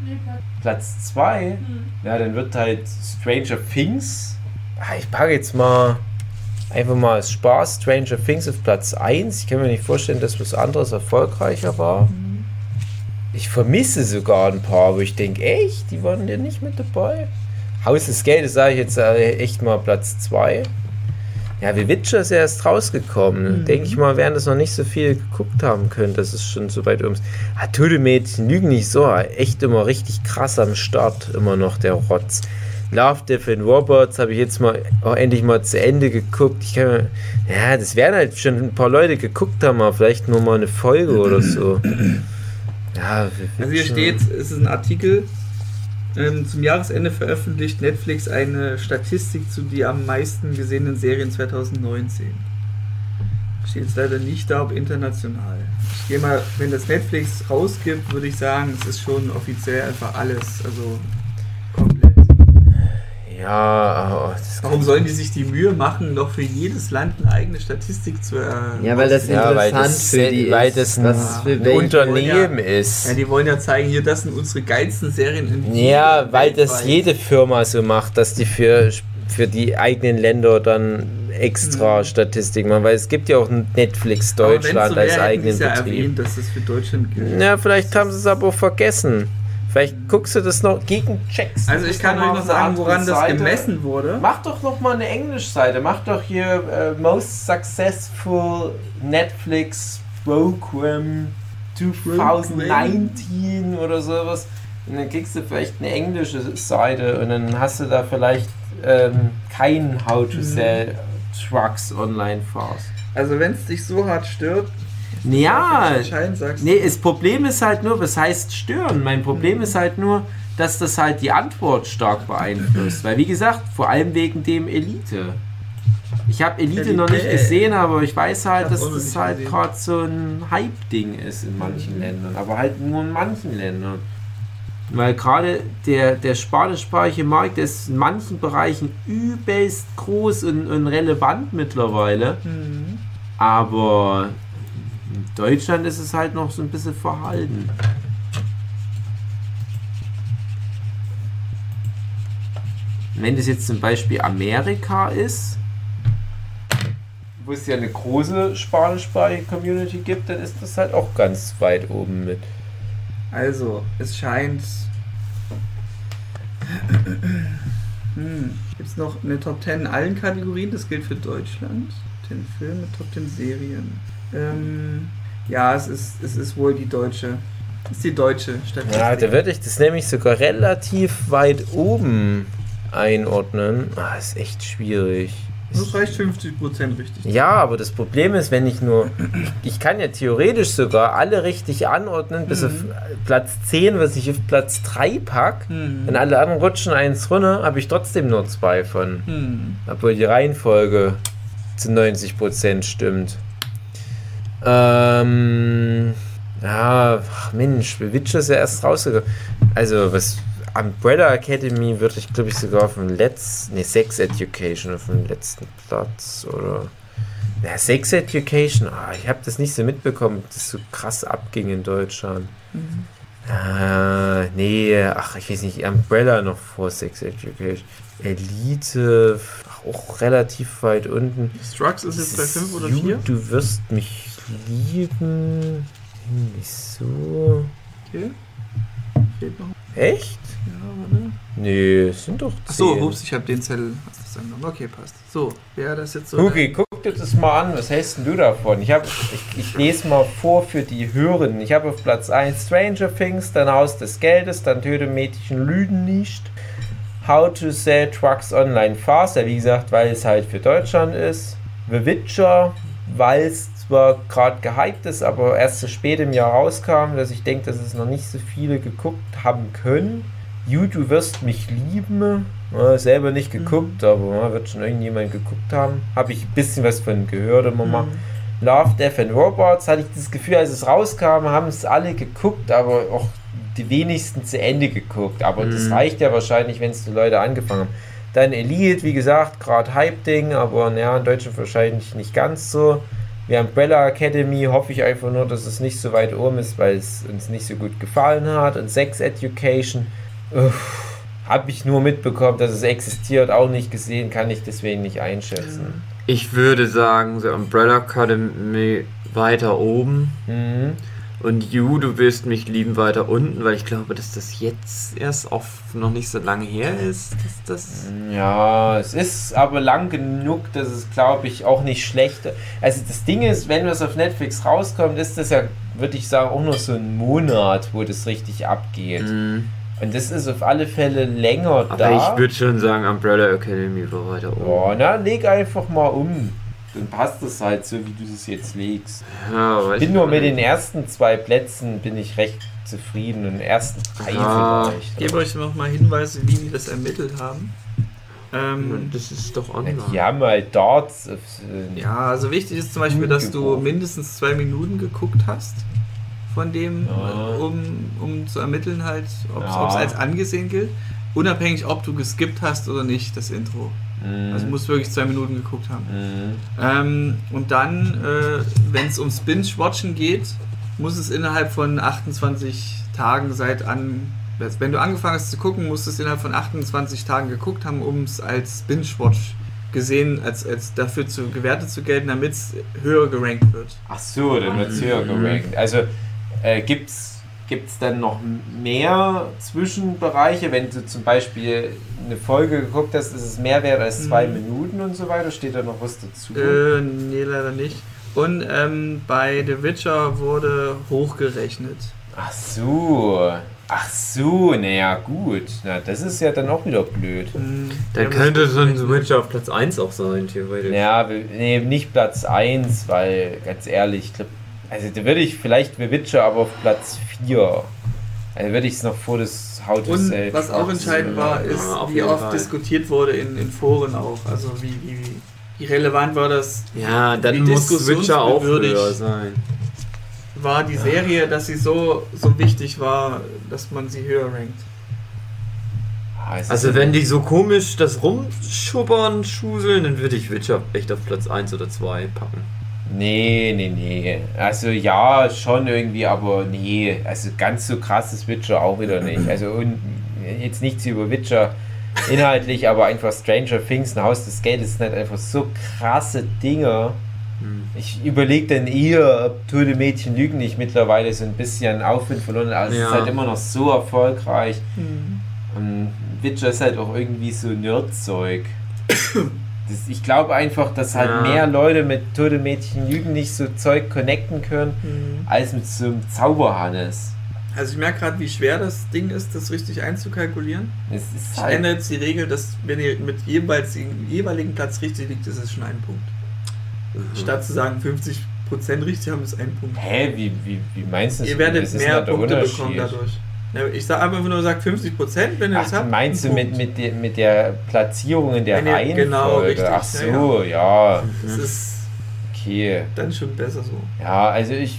Platz 2? Ja, dann wird halt Stranger Things. Ich packe jetzt mal einfach mal als Spaß Stranger Things auf Platz 1. Ich kann mir nicht vorstellen, dass was anderes erfolgreicher war. Ich vermisse sogar ein paar, wo ich denke, echt, die waren ja nicht mit dabei. Haus des Geldes sage ich jetzt echt mal Platz 2. Ja, wie Witcher ist ja erst rausgekommen. Denke ich mal, werden das noch nicht so viel geguckt haben können, dass es schon so weit ist. Tote Mädchen lügen nicht so. Echt immer richtig krass am Start, immer noch der Rotz. Love, Death and Robots habe ich jetzt mal auch endlich mal zu Ende geguckt. Das werden halt schon ein paar Leute geguckt haben, aber vielleicht nur mal eine Folge oder so. Ja, Also hier steht, es ist ein Artikel, zum Jahresende veröffentlicht Netflix eine Statistik zu die am meisten gesehenen Serien 2019. Steht jetzt leider nicht da, ob international. Ich gehe mal, wenn das Netflix rausgibt, würde ich sagen, es ist schon offiziell einfach alles, also komplett. Ja, Warum sollen die sich die Mühe machen, noch für jedes Land eine eigene Statistik zu Ja, weil das interessant für die weil ist. das ein Was für welche- Unternehmen Ja, ist. die wollen ja zeigen, hier, das sind unsere geilsten Serien in Ja, weil das weltweit. jede Firma so macht, dass die für die eigenen Länder dann extra Statistiken machen, weil es gibt ja auch ein Netflix Aber wenn's Deutschland so wäre, als hätten eigenen die's ja Betrieb. erwähnt, dass das für Deutschland gilt. Ja, vielleicht haben sie es aber auch vergessen. Vielleicht guckst du das noch gegencheckst. Also ich kann euch noch sagen, woran das gemessen wurde. Mach doch noch mal eine Englischseite. Mach doch hier Most Successful Netflix Program 2019 oder sowas. Und dann kriegst du vielleicht eine englische Seite und dann hast du da vielleicht kein How to Sell Trucks Online Fast. Also wenn es dich so hart stört, ja, sagst nee, das Problem ist halt nur, was heißt stören? Mein Problem ist halt nur, dass das halt die Antwort stark beeinflusst. Weil wie gesagt, vor allem wegen dem Elite. Ich habe Elite noch nicht gesehen, aber ich weiß halt, dass das halt gerade so ein Hype-Ding ist in manchen Ländern. Aber halt nur in manchen Ländern. Weil gerade der spanischsprachige Markt ist in manchen Bereichen übelst groß und relevant mittlerweile. Aber in Deutschland ist es halt noch so ein bisschen verhalten. Wenn das jetzt zum Beispiel Amerika ist, wo es ja eine große spanischsprachige Community gibt, dann ist das halt auch ganz weit oben mit. Also, es scheint... Gibt es noch eine Top 10 in allen Kategorien? Das gilt für Deutschland. 10 Filme, Top 10 Serien. Ja, es ist wohl die deutsche. Das ist die deutsche Statistik. Ja, da würde ich das nämlich sogar relativ weit oben einordnen. Ist echt schwierig. Das reicht 50% richtig. Ja, aber das Problem ist, wenn ich nur... Ich kann ja theoretisch sogar alle richtig anordnen, bis auf Platz 10, was ich auf Platz 3 packe. Wenn alle anderen rutschen eins runter, habe ich trotzdem nur 2 von. Obwohl die Reihenfolge zu 90% stimmt. Ja, Mensch, Witcher ist ja erst rausgekommen. Also, was... Umbrella Academy würde ich, glaube ich, sogar auf dem letzten... Ne, Sex Education auf dem letzten Platz, oder... Ja, Sex Education, ich habe das nicht so mitbekommen, dass das so krass abging in Deutschland. Nee, ich weiß nicht, Umbrella noch vor Sex Education. Elite, auch relativ weit unten. Strux ist jetzt bei 5 oder 4? Du wirst mich lieben... Wieso? Okay. Fehlt noch. Echt? Ja, warte. Nee, es sind doch 10. Achso, ups, ich habe den Zettel. Hast du das angenommen? Okay, passt. So, wer das jetzt so... Okay, guck dir das mal an. Was hältst denn du davon? Ich lese mal vor für die Hörenden. Ich habe auf Platz 1 Stranger Things, dann Haus des Geldes, dann Töte Mädchen Lügen nicht. How to Sell Trucks Online Fast. Ja, wie gesagt, weil es halt für Deutschland ist. The Witcher, weil es zwar gerade gehypt ist, aber erst so spät im Jahr rauskam, dass ich denke, dass es noch nicht so viele geguckt haben können. Du wirst mich lieben. Selber nicht geguckt, aber wird schon irgendjemand geguckt haben. Habe ich ein bisschen was von gehört immer mal. Love, Death and Robots hatte ich das Gefühl, als es rauskam, haben es alle geguckt, aber auch die wenigsten zu Ende geguckt. Aber das reicht ja wahrscheinlich, wenn es die Leute angefangen haben. Dann Elite, wie gesagt, gerade Hype-Ding, aber in Deutschland wahrscheinlich nicht ganz so. Wie Umbrella Academy hoffe ich einfach nur, dass es nicht so weit oben ist, weil es uns nicht so gut gefallen hat. Und Sex Education habe ich nur mitbekommen, dass es existiert, auch nicht gesehen, kann ich deswegen nicht einschätzen. Ich würde sagen, The Umbrella Academy weiter oben. Und du wirst mich lieben weiter unten, weil ich glaube, dass das jetzt erst noch nicht so lange her ist. Ja, es ist aber lang genug, dass es, glaube ich, auch nicht schlecht ist. Also das Ding ist, wenn es auf Netflix rauskommt, ist das ja, würde ich sagen, auch nur so ein Monat, wo das richtig abgeht. Und das ist auf alle Fälle länger aber da. Aber ich würde schon sagen, Umbrella Academy war weiter oben. Oh, leg einfach mal um. Dann passt es halt so, wie du es jetzt legst. Ja, ich bin nur mit den ersten 2 Plätzen bin ich recht zufrieden. Und den ersten 3 vielleicht. Ich gebe euch noch mal Hinweise, wie die das ermittelt haben. Das ist doch online. Die haben halt Darts. Ja, also wichtig ist zum Beispiel, dass du mindestens 2 Minuten geguckt hast. Von dem, um zu ermitteln halt, ob es als angesehen gilt. Unabhängig, ob du geskippt hast oder nicht, das Intro. Also musst wirklich 2 Minuten geguckt haben. Und dann, wenn es ums Binge-Watchen geht, muss es innerhalb von 28 Tagen wenn du angefangen hast zu gucken, musst du es innerhalb von 28 Tagen geguckt haben, um es als Binge-Watch gesehen, als dafür gewertet zu gelten, damit es höher gerankt wird. Ach so, dann wird es höher gerankt. Also gibt's dann noch mehr Zwischenbereiche, wenn du zum Beispiel eine Folge geguckt hast, ist es mehr wert als 2 Minuten und so weiter? Steht da noch was dazu? Nee, leider nicht. Und bei The Witcher wurde hochgerechnet. Ach so. Ach so, naja, gut. Na, das ist ja dann auch wieder blöd. Dann könnte so ein Witcher auf Platz 1 auch sein, theoretisch. Ja, nee, nicht Platz 1, weil, ganz ehrlich, ich glaube, also da würde ich vielleicht The Witcher aber auf Platz 4. Also würde ich es noch vor das How to Und Sell. was auch entscheidend war, ist, wie oft diskutiert wurde in Foren auch. Also wie relevant war das? Ja, dann wie muss Witcher auch diskussionswürdig höher sein. War die Serie, dass sie so wichtig war, dass man sie höher rankt. Also wenn die so komisch das rumschubbern, schuseln, dann würde ich Witcher echt auf Platz 1 oder 2 packen. Nee. Also ja, schon irgendwie, aber nee. Also ganz so krasses Witcher auch wieder nicht. Also jetzt nichts über Witcher inhaltlich, aber einfach Stranger Things, ein Haus des Geldes, sind halt einfach so krasse Dinge. Ich überlege dann eher, ob Tote Mädchen lügen nicht mittlerweile so ein bisschen Aufwind verloren, aber es ist halt immer noch so erfolgreich. Und Witcher ist halt auch irgendwie so Nerdzeug. Ich glaube einfach, dass halt mehr Leute mit Tote Mädchen lügen nicht so Zeug connecten können, als mit so einem Zauberhannes. Also ich merke gerade, wie schwer das Ding ist, das richtig einzukalkulieren. Ich ändere jetzt die Regel, dass wenn ihr mit jeweils den jeweiligen Platz richtig liegt, ist es schon ein Punkt. Statt zu sagen 50% richtig haben, ist ein Punkt. Hä, wie meinst du das? Ihr werdet mehr Punkte bekommen dadurch. Ich sage einfach nur, 50%, wenn ihr das habt. Meinst du mit der Platzierung in der Reihenfolge? Genau, richtig. Ach so, ja. Das ist okay. Dann schon besser so. Ja, also es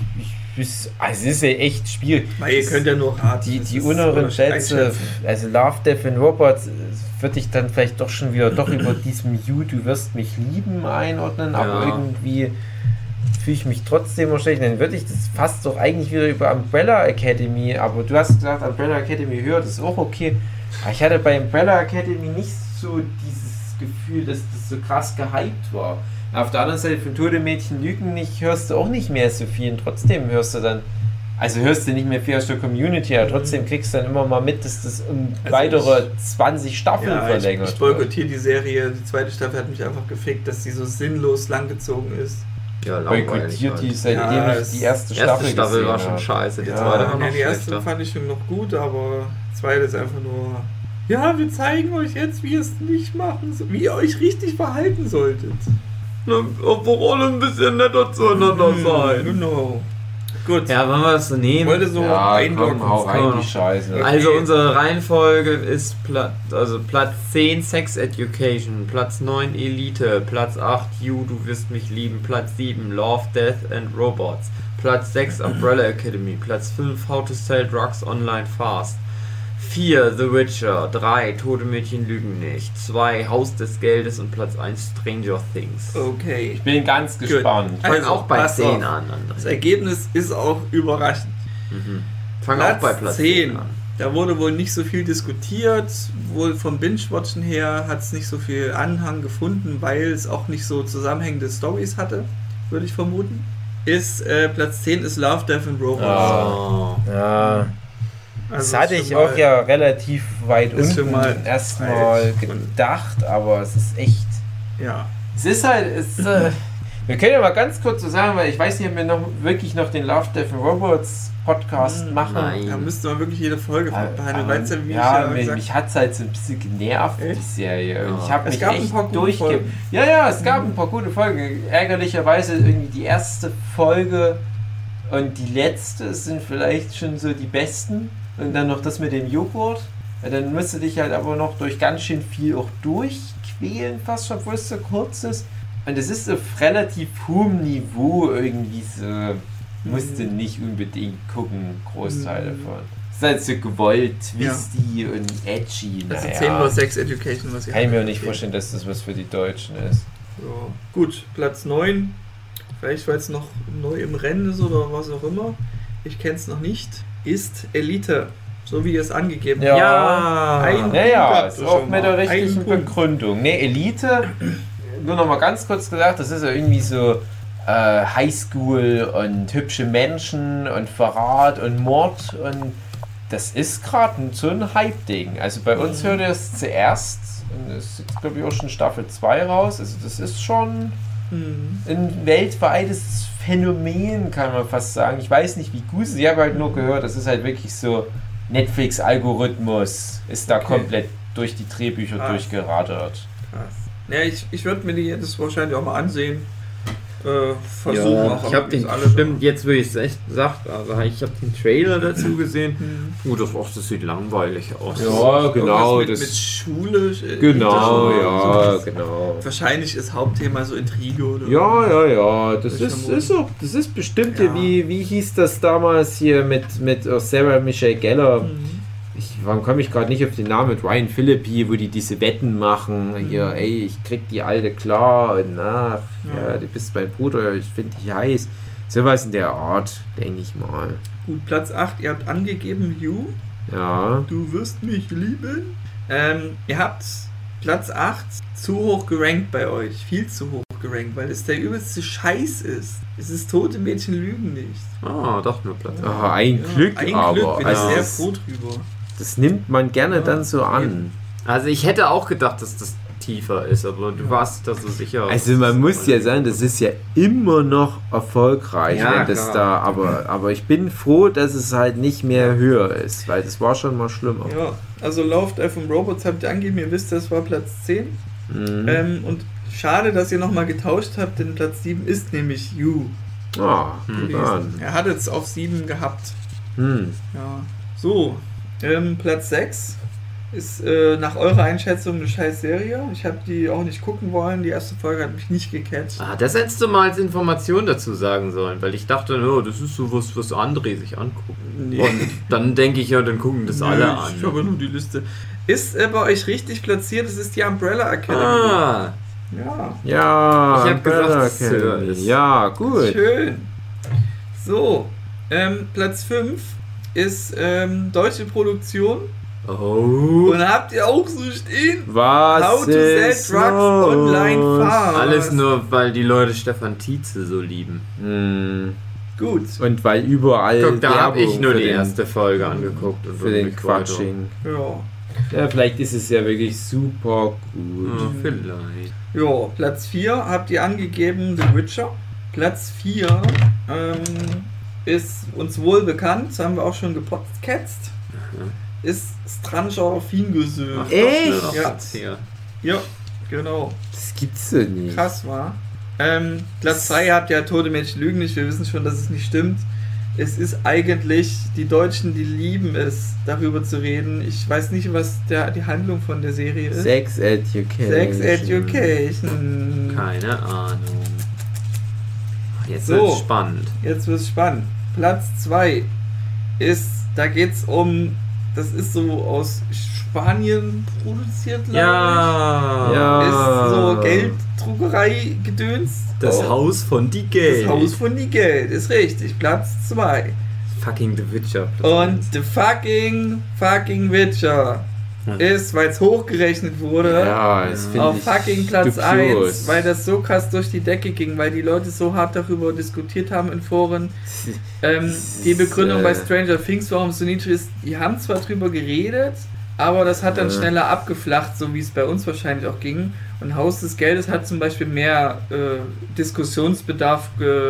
ist ja echt schwierig. Weil ihr könnt ja nur raten. Die unteren Schätze, also Love, Death and Robots, würde ich dann vielleicht doch schon wieder über diesem You, du wirst mich lieben einordnen, aber irgendwie fühle ich mich trotzdem noch schlecht. Dann würde ich das fast doch eigentlich wieder über Umbrella Academy, aber du hast gesagt, Umbrella Academy höher, das ist auch okay. Aber ich hatte bei Umbrella Academy nicht so dieses Gefühl, dass das so krass gehypt war. Auf der anderen Seite von Tote Mädchen lügen nicht, hörst du auch nicht mehr so viel und trotzdem hörst du nicht mehr viel aus der Community, aber trotzdem kriegst du dann immer mal mit, dass das um weitere 20 Staffeln verlängert Ich boykottiere die Serie, die zweite Staffel hat mich einfach gefickt, dass sie so sinnlos langgezogen ist. Ja, boykottiert die, seitdem ich die erste Staffel war schon scheiße, die zweite war noch die erste fand ich schon noch gut, aber die zweite ist einfach nur, ja, wir zeigen euch jetzt, wie ihr es nicht machen sollt, wie ihr euch richtig verhalten solltet. Obwohl alle ein bisschen netter zueinander sein. Genau. Gut. Ja, wollen wir das so nehmen? Ich wollte so einloggen. Hau rein, die Scheiße. Okay. Also unsere Reihenfolge ist Platz 10 Sex Education, Platz 9 Elite, Platz 8 You, du wirst mich lieben, Platz 7 Love, Death and Robots, Platz 6 Umbrella Academy, Platz 5 How to Sell Drugs Online Fast, 4 The Witcher, 3 Tote Mädchen lügen nicht, 2 Haus des Geldes und Platz 1 Stranger Things. Okay. Ich bin ganz gespannt. Fang auch bei 10 an. Das Ergebnis ist auch überraschend. Fang auch bei Platz 10 an. Da wurde wohl nicht so viel diskutiert, wohl vom Binge-Watchen her hat es nicht so viel Anhang gefunden, weil es auch nicht so zusammenhängende Storys hatte, würde ich vermuten. Platz 10 ist Love, Death and Robots. Ja. Also das hatte ich auch ja relativ weit unten erstmal gedacht, aber es ist echt. Ja. Es ist halt. Wir können ja mal ganz kurz so sagen, weil ich weiß nicht, ob wir wirklich noch den Love, Death and Robots Podcast machen. Nein. Da müsste man wirklich jede Folge behandeln. Mich hat es halt so ein bisschen genervt, die Serie. Und ich habe mich echt durchgegeben. Ja, es gab ein paar gute Folgen. Ärgerlicherweise irgendwie die erste Folge und die letzte sind vielleicht schon so die besten. Und dann noch das mit dem Joghurt. Ja, dann musst du dich halt aber noch durch ganz schön viel auch durchquälen, fast schon, obwohl es so kurz ist. Und es ist auf relativ hohem Niveau irgendwie so, musst du nicht unbedingt gucken, Großteil davon. Es ist halt so gewollt, twisty und edgy. Also 10 Uhr Sex Education, was ihr kann ich mir auch nicht vorstellen, dass das was für die Deutschen ist. So. Gut, Platz 9. Vielleicht, weil es noch neu im Rennen ist oder was auch immer. Ich kenne es noch nicht. Ist Elite, so wie ihr es angegeben habt. Ja, ist auch mit der richtigen Begründung. Ne, Elite, nur noch mal ganz kurz gesagt, das ist ja irgendwie so Highschool und hübsche Menschen und Verrat und Mord und das ist gerade so ein Hype-Ding. Also bei uns hört ihr es zuerst und es ist, glaube ich, auch schon Staffel 2 raus. Also das ist schon ein weltweites Phänomen, kann man fast sagen. Ich weiß nicht, wie gut es ist. Ich habe halt nur gehört, das ist halt wirklich so Netflix-Algorithmus ist da komplett durch die Drehbücher durchgeradert. Krass. Ja, ich würde mir das wahrscheinlich auch mal ansehen. Versuchen auch. Ich habe den, stimmt, jetzt wo ich es echt gesagt, also ich habe den Trailer dazu gesehen. Das sieht langweilig aus. Ja, genau. Mit Schule. Genau, genau. Wahrscheinlich ist Hauptthema so Intrige oder Ja. Das ist bestimmt, wie hieß das damals hier mit Sarah Michelle Gellar? Wann komme ich gerade nicht auf den Namen mit Ryan Phillippe, wo die diese Wetten machen, hier, ey, ich krieg die Alte klar und du bist mein Bruder, ich finde dich heiß. Sowas in der Art, denke ich mal. Gut, Platz 8, ihr habt angegeben, You. Ja. Du wirst mich lieben. Ihr habt Platz 8 zu hoch gerankt bei euch, viel zu hoch gerankt, weil es der übelste Scheiß ist. Es ist Tote Mädchen lügen nicht. Doch nur Platz 8. Ein Glück, bin aber. Ich sehr froh drüber. Das nimmt man gerne dann so an. Also ich hätte auch gedacht, dass das tiefer ist, aber du warst da so sicher. Also man muss ja sagen, das ist ja immer noch erfolgreich, wenn das klar. aber ich bin froh, dass es halt nicht mehr höher ist, weil das war schon mal schlimmer. Ja, also Love, Death and Robots habt ihr angegeben, ihr wisst, das war Platz 10. Und schade, dass ihr nochmal getauscht habt, denn Platz 7 ist nämlich You. Dann. Er hat es auf 7 gehabt. Ja. So. Platz 6 ist nach eurer Einschätzung eine scheiß Serie. Ich habe die auch nicht gucken wollen. Die erste Folge hat mich nicht gecatcht. Das hättest du mal als Information dazu sagen sollen, weil ich dachte, das ist sowas, was André sich anguckt. Nee. Und dann denke ich dann gucken das alle an. Ich habe nur die Liste. Ist bei euch richtig platziert? Es ist die Umbrella Academy. Ja. Ich habe gesagt, es ist. Ja, gut. Schön. So, Platz 5 ist deutsche Produktion. Und habt ihr auch so stehen? Was How to sell drugs online fast. Alles nur, weil die Leute Stefan Tietze so lieben. Gut. Und weil überall Guck, da habe ich nur für die den- erste Folge angeguckt. Und für den Quatsching. Ja, vielleicht ist es ja wirklich super gut. Ja, vielleicht. Ja, Platz 4 habt ihr angegeben, The Witcher. Platz 4 ist uns wohl bekannt, das haben wir auch schon gepodcast. Ist Stranger Things. Echt? Ja, genau. Das gibt's ja nicht. Krass war. Platz 3 habt ihr Tote Menschen lügen nicht, wir wissen schon, dass es nicht stimmt. Es ist eigentlich, die Deutschen, die lieben es, darüber zu reden. Ich weiß nicht, was die Handlung von der Serie ist. Sex Education. Sex Education. Keine Ahnung. Jetzt So. wird's spannend. Jetzt wird es spannend. Platz 2 ist, da geht's um, das ist so aus Spanien produziert, glaube Ja. ich. Ist so Gelddruckerei-Gedöns. Das Haus von die Geld. Das Haus von die Geld, ist richtig. Platz 2. Fucking The Witcher. Platz Und 1. The fucking Witcher ist, weil es hochgerechnet wurde, Ja, das finde auf ich fucking Platz dubios. 1, weil das so krass durch die Decke ging, weil die Leute so hart darüber diskutiert haben in Foren. Die Begründung bei Stranger Things, warum es so niedrig ist, die haben zwar drüber geredet, aber das hat dann schneller abgeflacht, so wie es bei uns wahrscheinlich auch ging. Und Haus des Geldes hat zum Beispiel mehr Diskussionsbedarf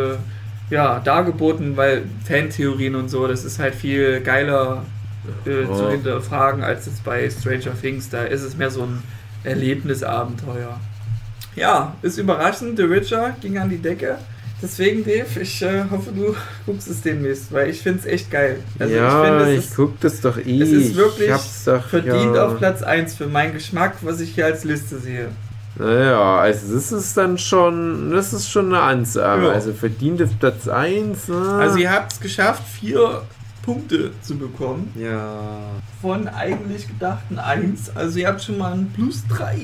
dargeboten, weil Fantheorien und so, das ist halt viel geiler zu hinterfragen als jetzt bei Stranger Things. Da ist es mehr so ein Erlebnisabenteuer. Ja, ist überraschend. The Witcher ging an die Decke. Deswegen, Dave, ich hoffe, du guckst es demnächst, weil ich finde es echt geil. Also ich guck das doch eh. Es ist wirklich Ich hab's doch, verdient auf Platz 1 für meinen Geschmack, was ich hier als Liste sehe. Naja, also das ist schon eine Ansage. Ja. Also verdient auf Platz 1. Also ihr habt es geschafft, 4 Punkte zu bekommen. Ja. Von eigentlich gedachten 1. Also ihr habt schon mal ein +3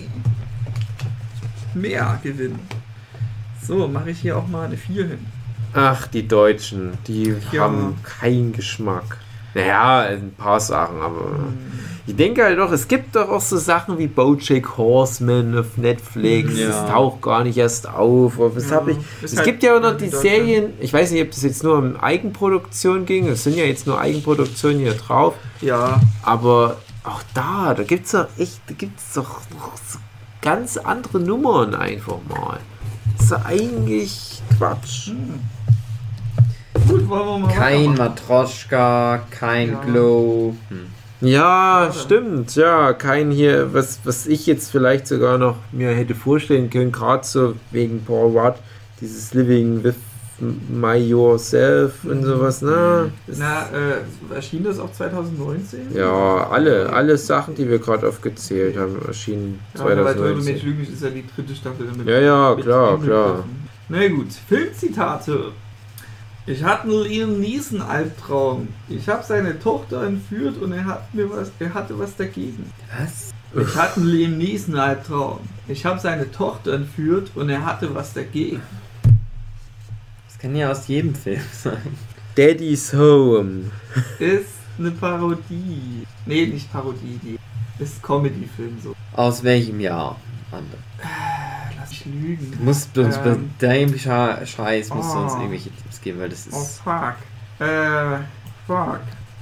mehr Gewinn. So, mache ich hier auch mal eine 4 hin. Ach, die Deutschen, die Ja. haben keinen Geschmack. Naja, ein paar Sachen, aber ich denke halt doch, es gibt doch auch so Sachen wie BoJack Horseman auf Netflix, Ja. das taucht gar nicht erst auf. Was hab ich? Ist Es halt gibt ja auch noch in die Deutschland. Serien, ich weiß nicht, ob das jetzt nur um Eigenproduktion ging, es sind ja jetzt nur Eigenproduktionen hier drauf, Ja, aber auch da gibt es doch noch so ganz andere Nummern einfach mal. Das ist ja eigentlich Quatsch. gut, wollen wir mal Kein weitermachen. Matroschka, kein Ja. Glow. Ja, stimmt, ja, kein hier, was ich jetzt vielleicht sogar noch mir hätte vorstellen können, gerade so wegen Paul Rudd, dieses Living with My Yourself und sowas, ne? Na, erschien das auch 2019? Ja, alle Sachen, die wir gerade aufgezählt haben, erschienen Ja, weil Teure Mensch 2019. Lügen ist ja die dritte Staffel damit. Ja, mit klar. inbegriffen. Na gut, Filmzitate. Ich hatte einen Liam Neeson Albtraum. Ich habe seine Tochter entführt und er hatte was dagegen. Was? Ich hatte einen Liam Neeson Albtraum. Ich habe seine Tochter entführt und er hatte was dagegen. Das kann ja aus jedem Film sein. Daddy's Home. Ist eine Parodie. Nee, nicht Parodie, die ist Comedy-Film so. Aus welchem Jahr? Ander. Lass mich lügen. Du musst uns bei Ähm, deinem Scheiß musst du uns oh. irgendwelche Tipps geben, weil das Oh ist. fuck. Fuck.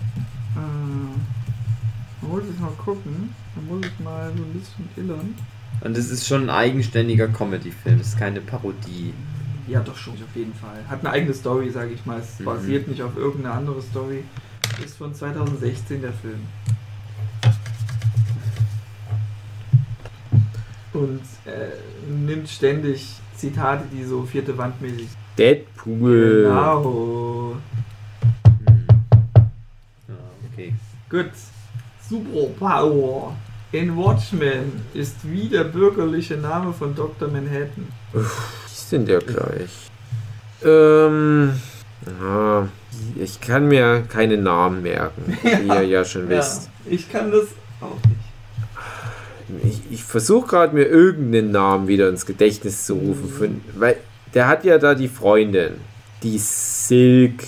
Da muss ich mal gucken. Da muss ich mal so ein bisschen illern. Und das ist schon ein eigenständiger Comedy-Film, das ist keine Parodie. Ja, doch schon, auf jeden Fall. Hat eine eigene Story, sage ich mal. Es basiert nicht auf irgendeine andere Story. Ist von 2016 der Film. Und nimmt ständig Zitate, die so vierte Wand mäßig. Deadpool. Genau. Ja, okay. Gut. Superpower. In Watchmen ist wie der bürgerliche Name von Dr. Manhattan. Die sind ja gleich. Ja, ich kann mir keine Namen merken, wie ihr ja schon wisst. Ich kann das auch nicht. Ich versuche gerade mir irgendeinen Namen wieder ins Gedächtnis zu rufen, weil der hat ja da die Freundin, die Silk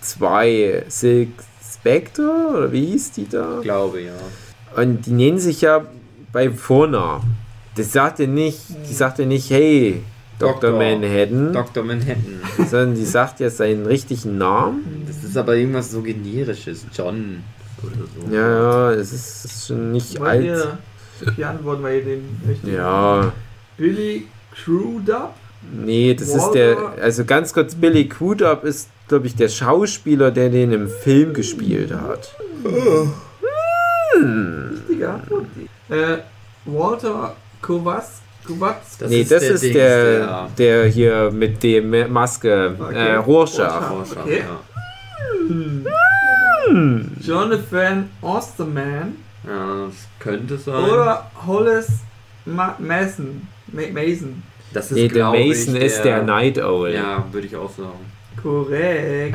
Spectre, oder wie hieß die da? Ich glaube, ja. Und die nennen sich ja beim Vornamen. Das sagt ja nicht, die sagt ja nicht, hey, Dr. Manhattan, Dr. Manhattan. sondern die sagt ja seinen richtigen Namen. Das ist aber irgendwas so generisches. John oder so. Ja, es ist schon nicht Wollt alt. ihr beantworten, weil ihr den richtigen Ja, Billy Crudup? nee, das ist der, also ganz kurz, Billy Crudup ist, glaube ich, der Schauspieler, der den im Film gespielt hat. Richtige Antwort. Walter Kovacs. Nee, das ist Dings, der hier mit dem Maske, Okay. Rorschach. Rorschach, Okay. ja. Jonathan Osterman Ja, das könnte sein. oder Hollis Mason. Das ist, Nee, der glaub ich, Mason ist der Night Owl. Ja, würde ich auch sagen. Korrekt.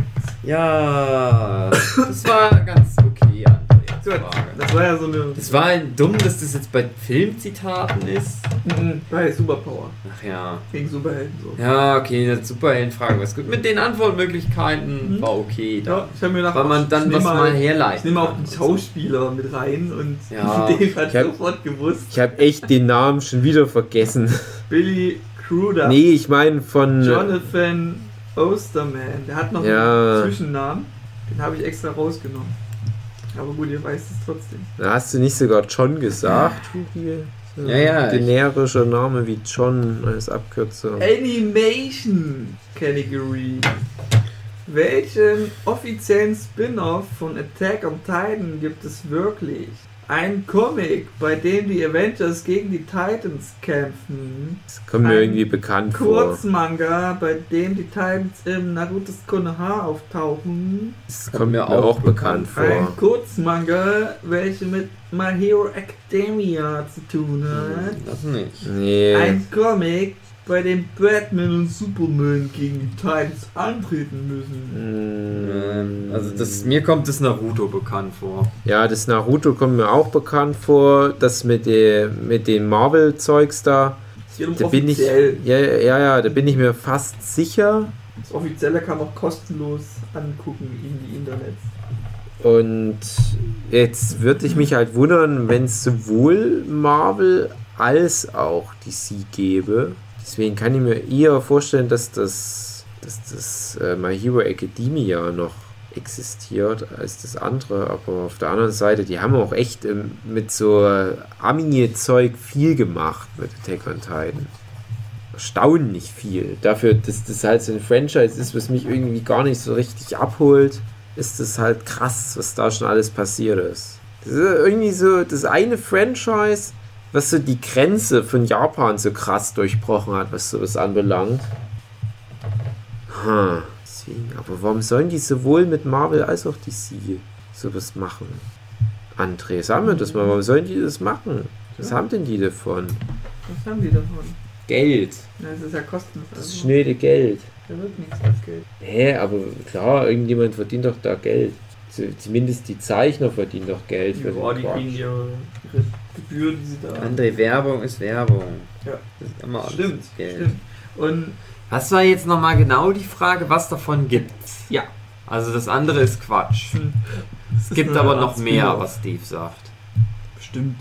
Ja, das war ganz okay, André. So, das war ja so eine. Das war dumm, dass das jetzt bei Filmzitaten ist. Bei Superpower. Ach ja. Gegen Superhelden so. Ja, okay, eine Superheldenfrage war gut. Mit den Antwortmöglichkeiten war okay. Da. Ja, ich habe mir gedacht, Weil man dann ich was nehm mal herleiten Ich nehme auch kann die und Schauspieler mit rein und Ja. den hat Ich hab- sofort gewusst. Ich habe echt den Namen schon wieder vergessen. Billy Crudup. Nee, ich meine von... Jonathan Osterman. Der hat noch Ja. einen Zwischennamen. Den habe ich extra rausgenommen. Aber gut, ihr weißt es trotzdem. Da hast du nicht sogar John gesagt? So Ja, ja, ein generischer Name wie John als Abkürzung. Animation Category. Welchen offiziellen Spin-off von Attack on Titan gibt es wirklich? Ein Comic, bei dem die Avengers gegen die Titans kämpfen. Das kommt mir Ein irgendwie bekannt vor. Kurzmanga, bei dem die Titans im Naruto's Konoha auftauchen. Das kommt mir auch bekannt Ein vor. Kurzmanga, welche mit My Hero Academia zu tun hat. Das nicht. Nee. Ein Comic, bei dem Batman und Superman gegen die Titans antreten müssen. Also mir kommt das Naruto bekannt vor. Ja, das Naruto kommt mir auch bekannt vor. Das mit den Marvel-Zeugs da. Das wiederum Da bin ich, offiziell. ja, da bin ich mir fast sicher. Das Offizielle kann man auch kostenlos angucken in die Internets. Und jetzt würde ich mich halt wundern, wenn es sowohl Marvel als auch DC gäbe. Deswegen kann ich mir eher vorstellen, dass das My Hero Academia noch existiert als das andere. Aber auf der anderen Seite, die haben auch echt mit so Anime-Zeug viel gemacht mit Attack on Titan. erstaunlich viel. Dafür, dass das halt so ein Franchise ist, was mich irgendwie gar nicht so richtig abholt, ist das halt krass, was da schon alles passiert ist. Das ist irgendwie so das eine Franchise, was so die Grenze von Japan so krass durchbrochen hat, was sowas anbelangt. Deswegen, aber warum sollen die sowohl mit Marvel als auch DC sowas machen? André, sag mir das mal, warum sollen die das machen? Was haben denn die davon? Was haben die davon? Geld. Na, das ist ja kostenlos. Das schnöde Geld. Da wird nichts als Geld. Aber klar, irgendjemand verdient doch da Geld. Zumindest die Zeichner verdienen doch Geld für die kriegen ihre Gebühren, die sie da haben. André, Werbung ist Werbung. Ja. Das ist immer alles Stimmt. Geld. Und was war jetzt nochmal genau die Frage, was davon gibt's? ja. Also das andere ist Quatsch. Es gibt aber noch mehr, was Steve sagt. Bestimmt.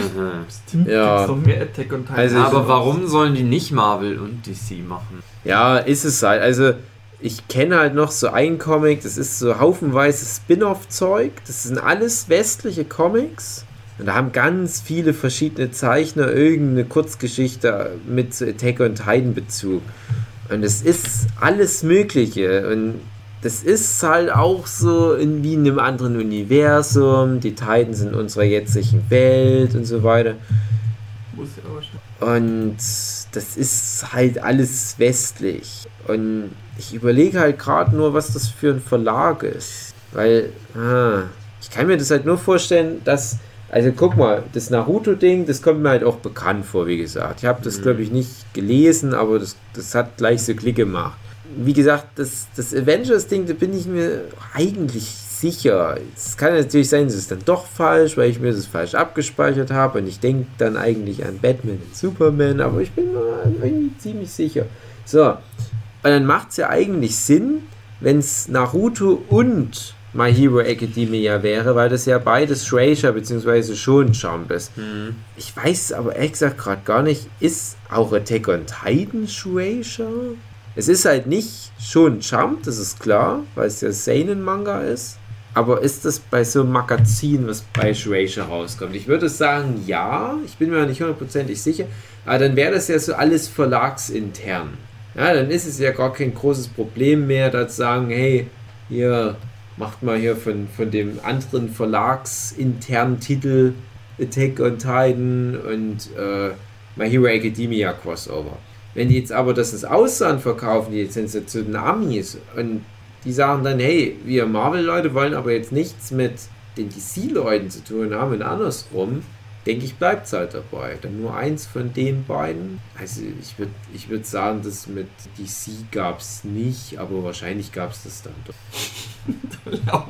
Mhm. Ja. Gibt's noch mehr Attack on Titan. Also aber warum sollen die nicht Marvel und DC machen? Ja, ist es halt. Also ich kenne halt noch so einen Comic, das ist so haufenweise Spin-off-Zeug. Das sind alles westliche Comics. Und da haben ganz viele verschiedene Zeichner irgendeine Kurzgeschichte mit so Attack on Titan Bezug. Und es ist alles Mögliche. Und das ist halt auch so wie in einem anderen Universum. Die Titans in unserer jetzigen Welt und so weiter. Muss ja auch schon. Und das ist halt alles westlich. Und ich überlege halt gerade nur, was das für ein Verlag ist. Weil, ich kann mir das halt nur vorstellen, dass, also guck mal, das Naruto-Ding, das kommt mir halt auch bekannt vor, wie gesagt. Ich habe das, glaube ich, nicht gelesen, aber das hat gleich so Klick gemacht. Wie gesagt, das Avengers-Ding, da bin ich mir eigentlich sicher. Es kann natürlich sein, es ist dann doch falsch, weil ich mir das falsch abgespeichert habe und ich denke dann eigentlich an Batman und Superman, aber ich bin mir irgendwie ziemlich sicher. So, und dann macht es ja eigentlich Sinn, wenn es Naruto und My Hero Academia wäre, weil das ja beides Shueisha bzw. Shonen Jump ist. Ich weiß aber ehrlich gesagt gerade gar nicht, ist auch Attack on Titan Shueisha? Es ist halt nicht Shonen Jump, das ist klar, weil es ja Seinen-Manga ist. Aber ist das bei so einem Magazin, was bei Shueisha rauskommt? Ich würde sagen, ja. Ich bin mir nicht hundertprozentig sicher. Aber dann wäre das ja so alles verlagsintern. Ja, dann ist es ja gar kein großes Problem mehr, da zu sagen, hey, hier, macht mal hier von dem anderen verlagsinternen Titel Attack on Titan und My Hero Academia Crossover. Wenn die jetzt aber das ins Ausland verkaufen, die Lizenz zu den Amis, und die sagen dann, hey, wir Marvel-Leute wollen aber jetzt nichts mit den DC-Leuten zu tun haben und andersrum, denke ich, bleibt es halt dabei. Dann nur eins von den beiden. Also ich würd sagen, das mit DC gab es nicht, aber wahrscheinlich gab es das dann doch.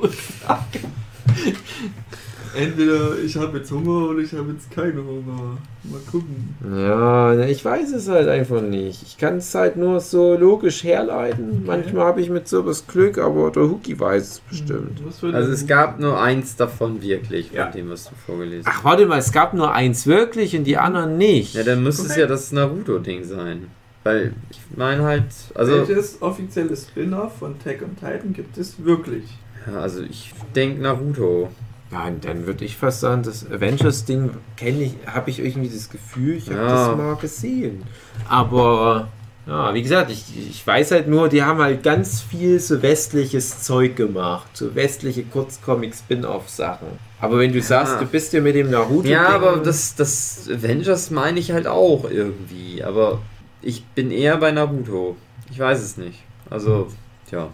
Entweder ich habe jetzt Hunger oder ich habe jetzt keinen Hunger. Mal gucken. Ja, ich weiß es halt einfach nicht. Ich kann es halt nur so logisch herleiten. Okay. Manchmal habe ich mit sowas Glück, aber der Huki weiß es bestimmt. Also es gab nur eins davon wirklich, von dem, was du vorgelesen hast. Ach, warte mal, es gab nur eins wirklich und die anderen nicht. Ja, dann müsste es ja das Naruto-Ding sein. Weil ich meine halt, also... Welches offizielle Spin-off von Attack on Titan gibt es wirklich? Ja, also ich denke Naruto. Ja, dann würde ich fast sagen, das Avengers-Ding habe ich irgendwie das Gefühl, ich habe das mal gesehen. Aber, ja, wie gesagt, ich weiß halt nur, die haben halt ganz viel so westliches Zeug gemacht, so westliche Kurzcomic-Spin-Off-Sachen. Aber wenn du sagst, du bist ja mit dem Naruto... Ja, aber das Avengers meine ich halt auch irgendwie, aber ich bin eher bei Naruto. Ich weiß es nicht. Also, tja.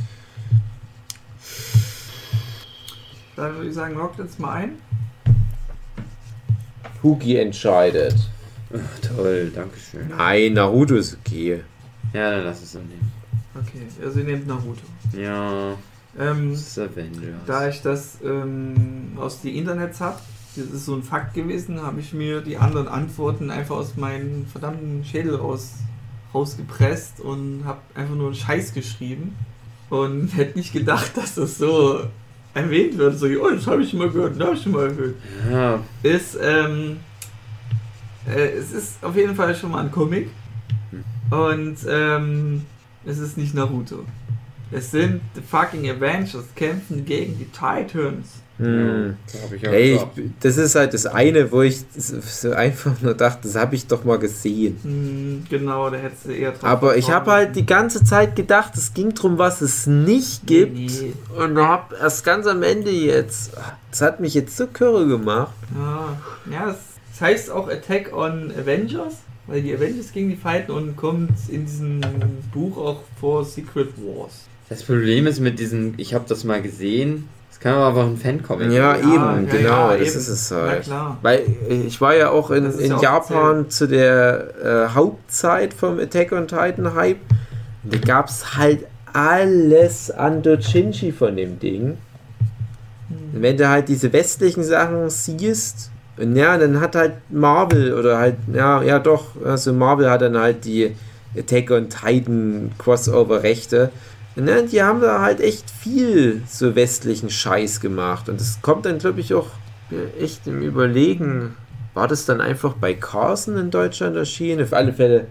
Dann würde ich sagen, loggt jetzt mal ein. Huki entscheidet. Ach, toll, danke schön. Nein, Naruto ist okay. Ja, dann lass es so nehmen. Okay, also ihr nehmt Naruto. Ja, das ist Avengers. Da ich das aus den Internets habe, das ist so ein Fakt gewesen, habe ich mir die anderen Antworten einfach aus meinem verdammten Schädel rausgepresst und habe einfach nur einen Scheiß geschrieben. Und hätte nicht gedacht, dass das so erwähnt wird, so, oh, das habe ich mal gehört, das habe ich schon mal gehört. Ja. Es ist auf jeden Fall schon mal ein Comic und es ist nicht Naruto. Es sind die fucking Avengers, kämpfen gegen die Titans. Hab ich auch Hey, gesagt. das ist halt das eine, wo ich so einfach nur dachte, das habe ich doch mal gesehen. Genau, da hättest du eher drauf Aber ich habe halt die ganze Zeit gedacht, es ging darum, was es nicht gibt. Nee. Und habe erst ganz am Ende jetzt, das hat mich jetzt so kirre gemacht. Ja, es heißt auch Attack on Avengers, weil die Avengers gegen die fighten und kommt in diesem Buch auch vor Secret Wars. Das Problem ist mit diesen, ich habe das mal gesehen, das kann aber einfach ein Fancomic Ja, sein. eben, genau, das eben. ist es Na halt. klar. Weil ich war ja auch Das ist in ja Japan zu der Hauptzeit vom Attack on Titan Hype. Und da gab es halt alles an Dojinshi von dem Ding. Und wenn du halt diese westlichen Sachen siehst, und ja, dann hat halt Marvel oder halt, ja doch, also Marvel hat dann halt die Attack on Titan Crossover-Rechte. Und ja, die haben da halt echt viel so westlichen Scheiß gemacht. Und das kommt dann, glaube ich, auch echt im Überlegen. War das dann einfach bei Carson in Deutschland erschienen? Auf alle Fälle,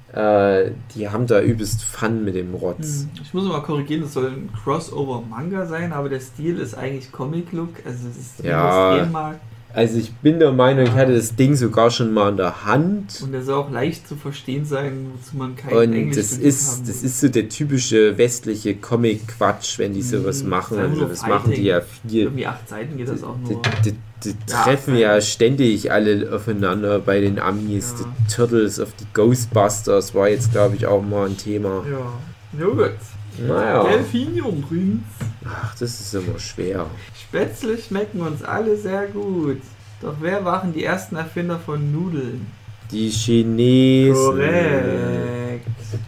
die haben da übelst Fun mit dem Rotz. Ich muss mal korrigieren, das soll ein Crossover-Manga sein, aber der Stil ist eigentlich Comic-Look, also es ist Ja. Industrienmarkt Also ich bin der Meinung, ich hatte das Ding sogar schon mal in der Hand. und der soll auch leicht zu verstehen sein, wozu man kein Und Englisch das studiert ist, haben das muss. ist so der typische westliche Comic-Quatsch, wenn die sowas machen. ist einfach Also nur das machen die ja viel. Irgendwie 8 Seiten geht das auch nur. Die Ja, treffen ja ständig alle aufeinander bei den Amis. Ja. Die Turtles of die Ghostbusters war jetzt, glaube ich, auch mal ein Thema. Ja, gut. Naja. Delphinium Prinz. Ach, das ist immer schwer. Spätzle schmecken uns alle sehr gut. Doch wer waren die ersten Erfinder von Nudeln? Die Chinesen. Korrekt.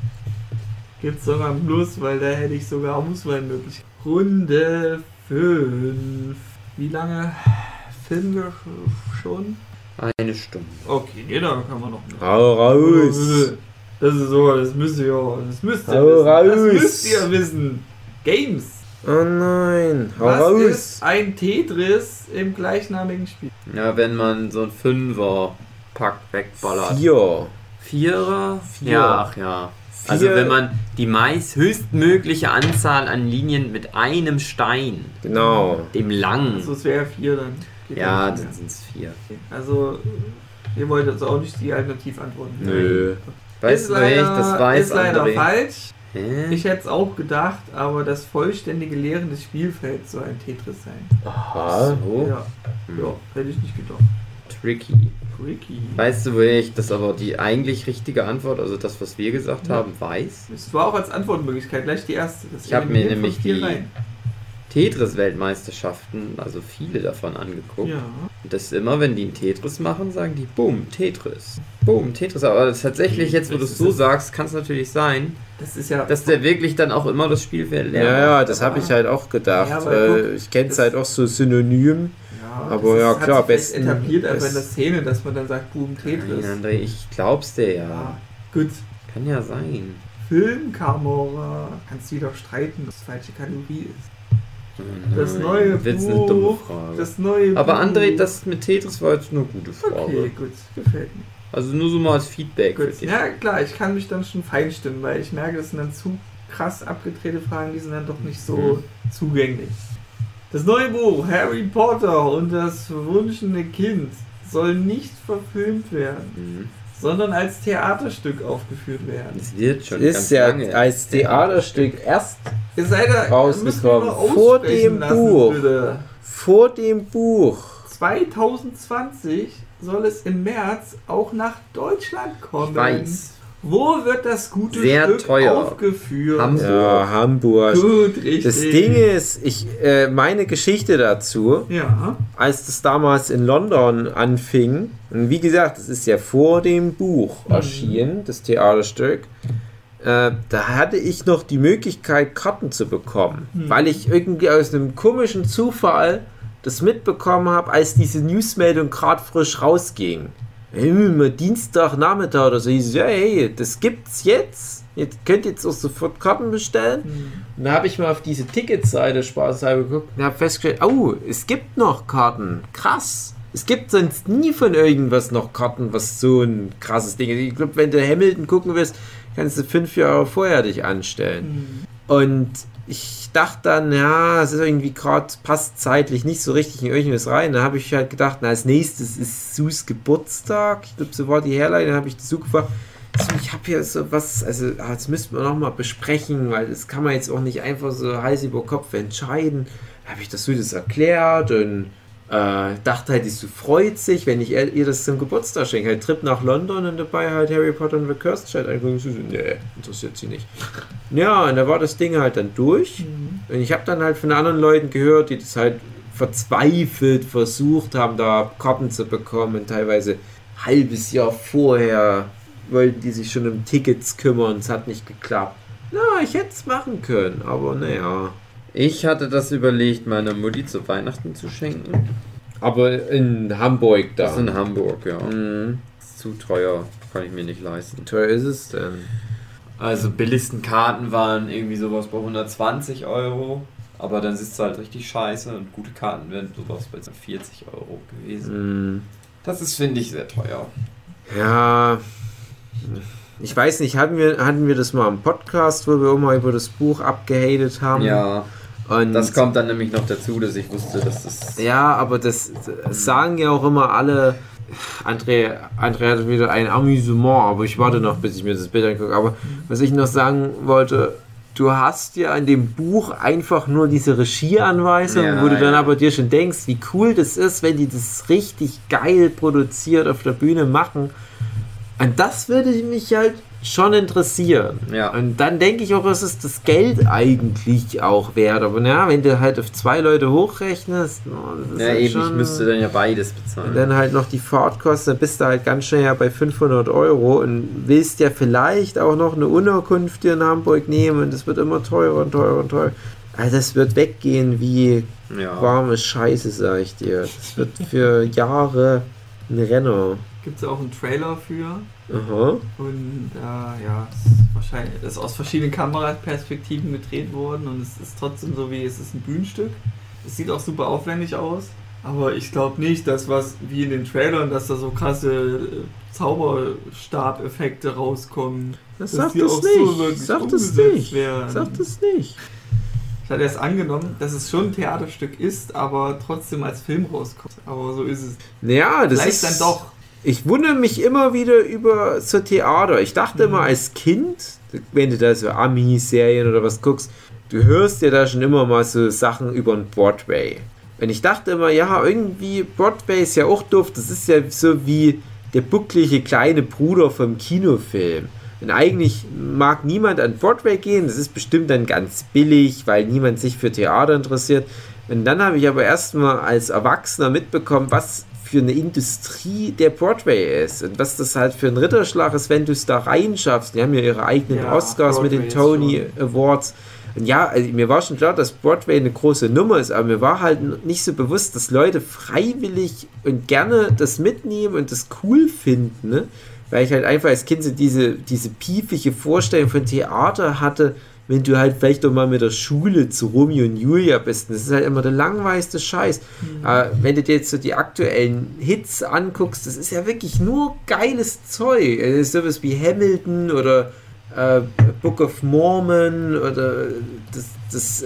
Gibt's sogar einen Plus, weil da hätte ich sogar Auswahlmöglichkeiten. Runde 5. Wie lange filmen wir schon? 1 Stunde. Okay, nee, da kann man noch nicht. Hau raus. Das ist so, das müsst ihr Hau wissen. raus. Das müsst ihr wissen. Games. Oh nein. Hau Was raus. ist ein Tetris im gleichnamigen Spiel? Ja, wenn man so ein 5er-Pack wegballert. 4. 4er? Vier. Ja, ach ja. Also wenn man die höchstmögliche Anzahl an Linien mit einem Stein, Genau. dem langen, Also es wäre 4 dann. Geht ja, nicht mehr. dann sind es 4. Also, ihr wollt jetzt auch nicht die Alternativantworten. Nö. Weißt du nicht, das weiß ist leider André. falsch. Hä? Ich hätte es auch gedacht, aber das vollständige Leeren des Spielfelds soll ein Tetris sein. Aha. So, Ja, hätte ich nicht gedacht. tricky. Tricky. Weißt du, wo ich das aber die eigentlich richtige Antwort, also das, was wir gesagt haben, weiß? Es war auch als Antwortmöglichkeit gleich die erste. Das Ich habe mir eliminiert von nämlich 4 die rein. Tetris-Weltmeisterschaften, also viele davon angeguckt. Ja. Und das ist immer, wenn die einen Tetris machen, sagen die Boom, Tetris. Boom, Tetris. Aber das tatsächlich, jetzt wo du es so sagst, kann es natürlich sein, Das ist ja. dass der wirklich dann auch immer das Spielfeld leer Ja, macht. das habe ich halt auch gedacht. Ja, aber guck, Ich kenne es das- halt auch so synonym. ja, aber das ja, hat klar, sich besten- etabliert einfach in es- der Szene, dass man dann sagt, Boom, Tetris. Nein, André, ich glaub's dir ja. Ja, gut. Kann ja sein. Filmkamera. Kannst du wieder streiten, dass falsche Kategorie ist. Oh Das nein, neue wird's Buch. eine dumme Frage. Das neue Aber Buch. André, das mit Tetris war jetzt eine gute Frage. Okay, gut. Gefällt mir. Also nur so mal als Feedback für Gut. dich. Ja, klar, ich kann mich dann schon feinstimmen, weil ich merke, das sind dann zu krass abgedrehte Fragen, die sind dann doch nicht so zugänglich. Das neue Buch Harry Potter und das verwunschene Kind soll nicht verfilmt werden, Mhm. sondern als Theaterstück aufgeführt werden. Das wird schon Ist ganz ja lange. als Theaterstück erst Ihr seid da rausgekommen. müsst ihr mal Vor aussprechen dem lassen, Buch. Bitte. vor dem Buch. 2020 soll es im März auch nach Deutschland kommen. Ich weiß. Wo wird das gute Sehr Stück teuer. aufgeführt? Hamburg. Ja, Hamburg. Gut, richtig. Das Ding ist, meine Geschichte dazu, Ja. als das damals in London anfing, und wie gesagt, das ist ja vor dem Buch erschienen, das Theaterstück, da hatte ich noch die Möglichkeit, Karten zu bekommen, weil ich irgendwie aus einem komischen Zufall das mitbekommen habe, als diese Newsmeldung gerade frisch rausging. Dienstagnachmittag oder so hieß es, ja, hey, das gibt's jetzt. Ihr könnt jetzt auch sofort Karten bestellen. Und da habe ich mal auf diese Ticketseite spaßhalber geguckt und habe festgestellt, oh, es gibt noch Karten. Krass. Es gibt sonst nie von irgendwas noch Karten, was so ein krasses Ding ist. Ich glaube, wenn du Hamilton gucken willst, kannst du 5 Jahre vorher dich anstellen. Und ich dachte dann, ja, es ist irgendwie gerade, passt zeitlich nicht so richtig in irgendwas rein. Dann habe ich halt gedacht, na, als nächstes ist Sus Geburtstag. Ich glaube, so war die Herleitung. Dann habe ich die Sue gefragt, ich habe hier so was, also das müssten wir nochmal besprechen, weil das kann man jetzt auch nicht einfach so Hals über Kopf entscheiden. Da habe ich das erklärt und dachte halt, die Sue freut sich, wenn ich ihr das zum Geburtstag schenke. Halt Trip nach London und dabei halt Harry Potter und the Cursed Child angucken. Nee, interessiert sie nicht. Ja, und da war das Ding halt dann durch. Und ich habe dann halt von anderen Leuten gehört, die das halt verzweifelt versucht haben, da Karten zu bekommen. Und teilweise ein halbes Jahr vorher wollten die sich schon um Tickets kümmern. Es hat nicht geklappt. Na, ich hätte es machen können, aber naja. Ich hatte das überlegt, meiner Mutti zu Weihnachten zu schenken. Aber in Hamburg da. Das ist in Hamburg, ja. Ist zu teuer, kann ich mir nicht leisten. Wie teuer ist es denn? Also billigsten Karten waren irgendwie sowas bei 120 €. Aber dann sitzt du halt richtig scheiße und gute Karten wären sowas bei 40 € gewesen. Das ist, finde ich, sehr teuer. Ja, ich weiß nicht, hatten wir das mal im Podcast, wo wir auch mal über das Buch abgehatet haben? Ja. Und das kommt dann nämlich noch dazu, dass ich wusste, dass das... Ja, aber das sagen ja auch immer alle... André hatte wieder ein Amüsement, aber ich warte noch, bis ich mir das Bild angucke. Aber was ich noch sagen wollte, du hast ja in dem Buch einfach nur diese Regieanweisung, wo du dann aber dir schon denkst, wie cool das ist, wenn die das richtig geil produziert auf der Bühne machen. Und das würde mich halt schon interessieren. Ja. Und dann denke ich auch, es ist das Geld eigentlich auch wert. Aber na, wenn du halt auf 2 Leute hochrechnest, das ist ja, halt eben, schon, ich müsste dann ja beides bezahlen. Und dann halt noch die Fahrtkosten, dann bist du halt ganz schnell ja bei 500 € und willst ja vielleicht auch noch eine Unterkunft hier in Hamburg nehmen und das wird immer teurer und teurer und teurer. Also das wird weggehen wie warme Scheiße, sag ich dir. Das wird für Jahre ein Renner. Gibt es auch einen Trailer für. Aha. Und das ist aus verschiedenen Kameraperspektiven gedreht worden und es ist trotzdem so wie, es ist ein Bühnenstück. Es sieht auch super aufwendig aus, aber ich glaube nicht, dass was wie in den Trailern, dass da so krasse Zauberstab-Effekte rauskommen. Sag das nicht. Sag das nicht. Sag das nicht. Ich hatte erst angenommen, dass es schon ein Theaterstück ist, aber trotzdem als Film rauskommt. Aber so ist es. Ja, das vielleicht ist dann doch. Ich wundere mich immer wieder über so Theater. Ich dachte immer als Kind, wenn du da so Ami-Serien oder was guckst, du hörst ja da schon immer mal so Sachen über den Broadway. Und ich dachte immer, ja, irgendwie Broadway ist ja auch doof. Das ist ja so wie der bucklige kleine Bruder vom Kinofilm. Und eigentlich mag niemand an Broadway gehen. Das ist bestimmt dann ganz billig, weil niemand sich für Theater interessiert. Und dann habe ich aber erstmal als Erwachsener mitbekommen, was für eine Industrie der Broadway ist und was das halt für ein Ritterschlag ist, wenn du es da reinschaffst. Die haben ja ihre eigenen Oscars Broadway mit den Tony Awards. Und ja, also mir war schon klar, dass Broadway eine große Nummer ist, aber mir war halt nicht so bewusst, dass Leute freiwillig und gerne das mitnehmen und das cool finden, ne? Weil ich halt einfach als Kind so diese piefige Vorstellung von Theater hatte, wenn du halt vielleicht doch mal mit der Schule zu Romeo und Julia bist. Das ist halt immer der langweiligste Scheiß. Wenn du dir jetzt so die aktuellen Hits anguckst, das ist ja wirklich nur geiles Zeug. Sowas wie Hamilton oder Book of Mormon oder das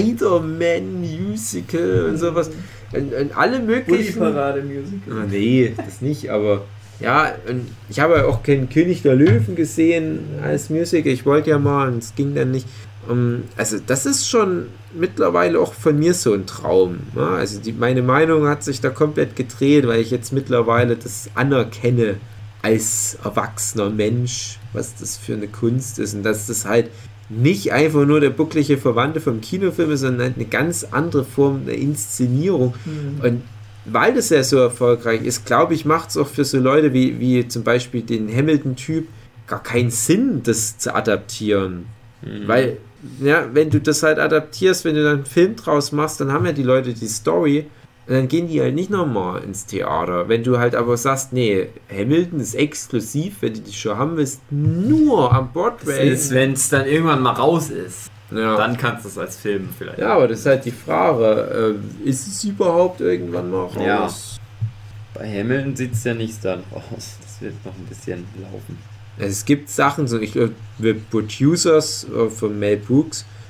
Spider-Man-Musical und sowas. Und alle möglichen... Parade-Musical. Nee, das nicht, aber... Ja, und ich habe auch keinen König der Löwen gesehen als Musical. Ich wollte ja mal und es ging dann nicht. Also das ist schon mittlerweile auch von mir so ein Traum. Ja? Also meine Meinung hat sich da komplett gedreht, weil ich jetzt mittlerweile das anerkenne als erwachsener Mensch, was das für eine Kunst ist und dass das halt nicht einfach nur der bucklige Verwandte vom Kinofilm ist, sondern halt eine ganz andere Form der Inszenierung. Und weil das ja so erfolgreich ist, glaube ich, macht es auch für so Leute wie zum Beispiel den Hamilton-Typ gar keinen Sinn, das zu adaptieren. Weil, ja, wenn du das halt adaptierst, wenn du dann einen Film draus machst, dann haben ja die Leute die Story und dann gehen die halt nicht nochmal ins Theater. Wenn du halt aber sagst, nee, Hamilton ist exklusiv, wenn du die Show haben willst, nur am Broadway. Das ist, wenn es dann irgendwann mal raus ist. Ja. Dann kannst du es als Film vielleicht. Ja, aber das ist halt die Frage, ist es überhaupt irgendwann mal raus? Ja. Bei Hamilton sieht es ja nicht dann raus. Das wird noch ein bisschen laufen. Es gibt Sachen, so ich glaube, Producers von Mel Brooks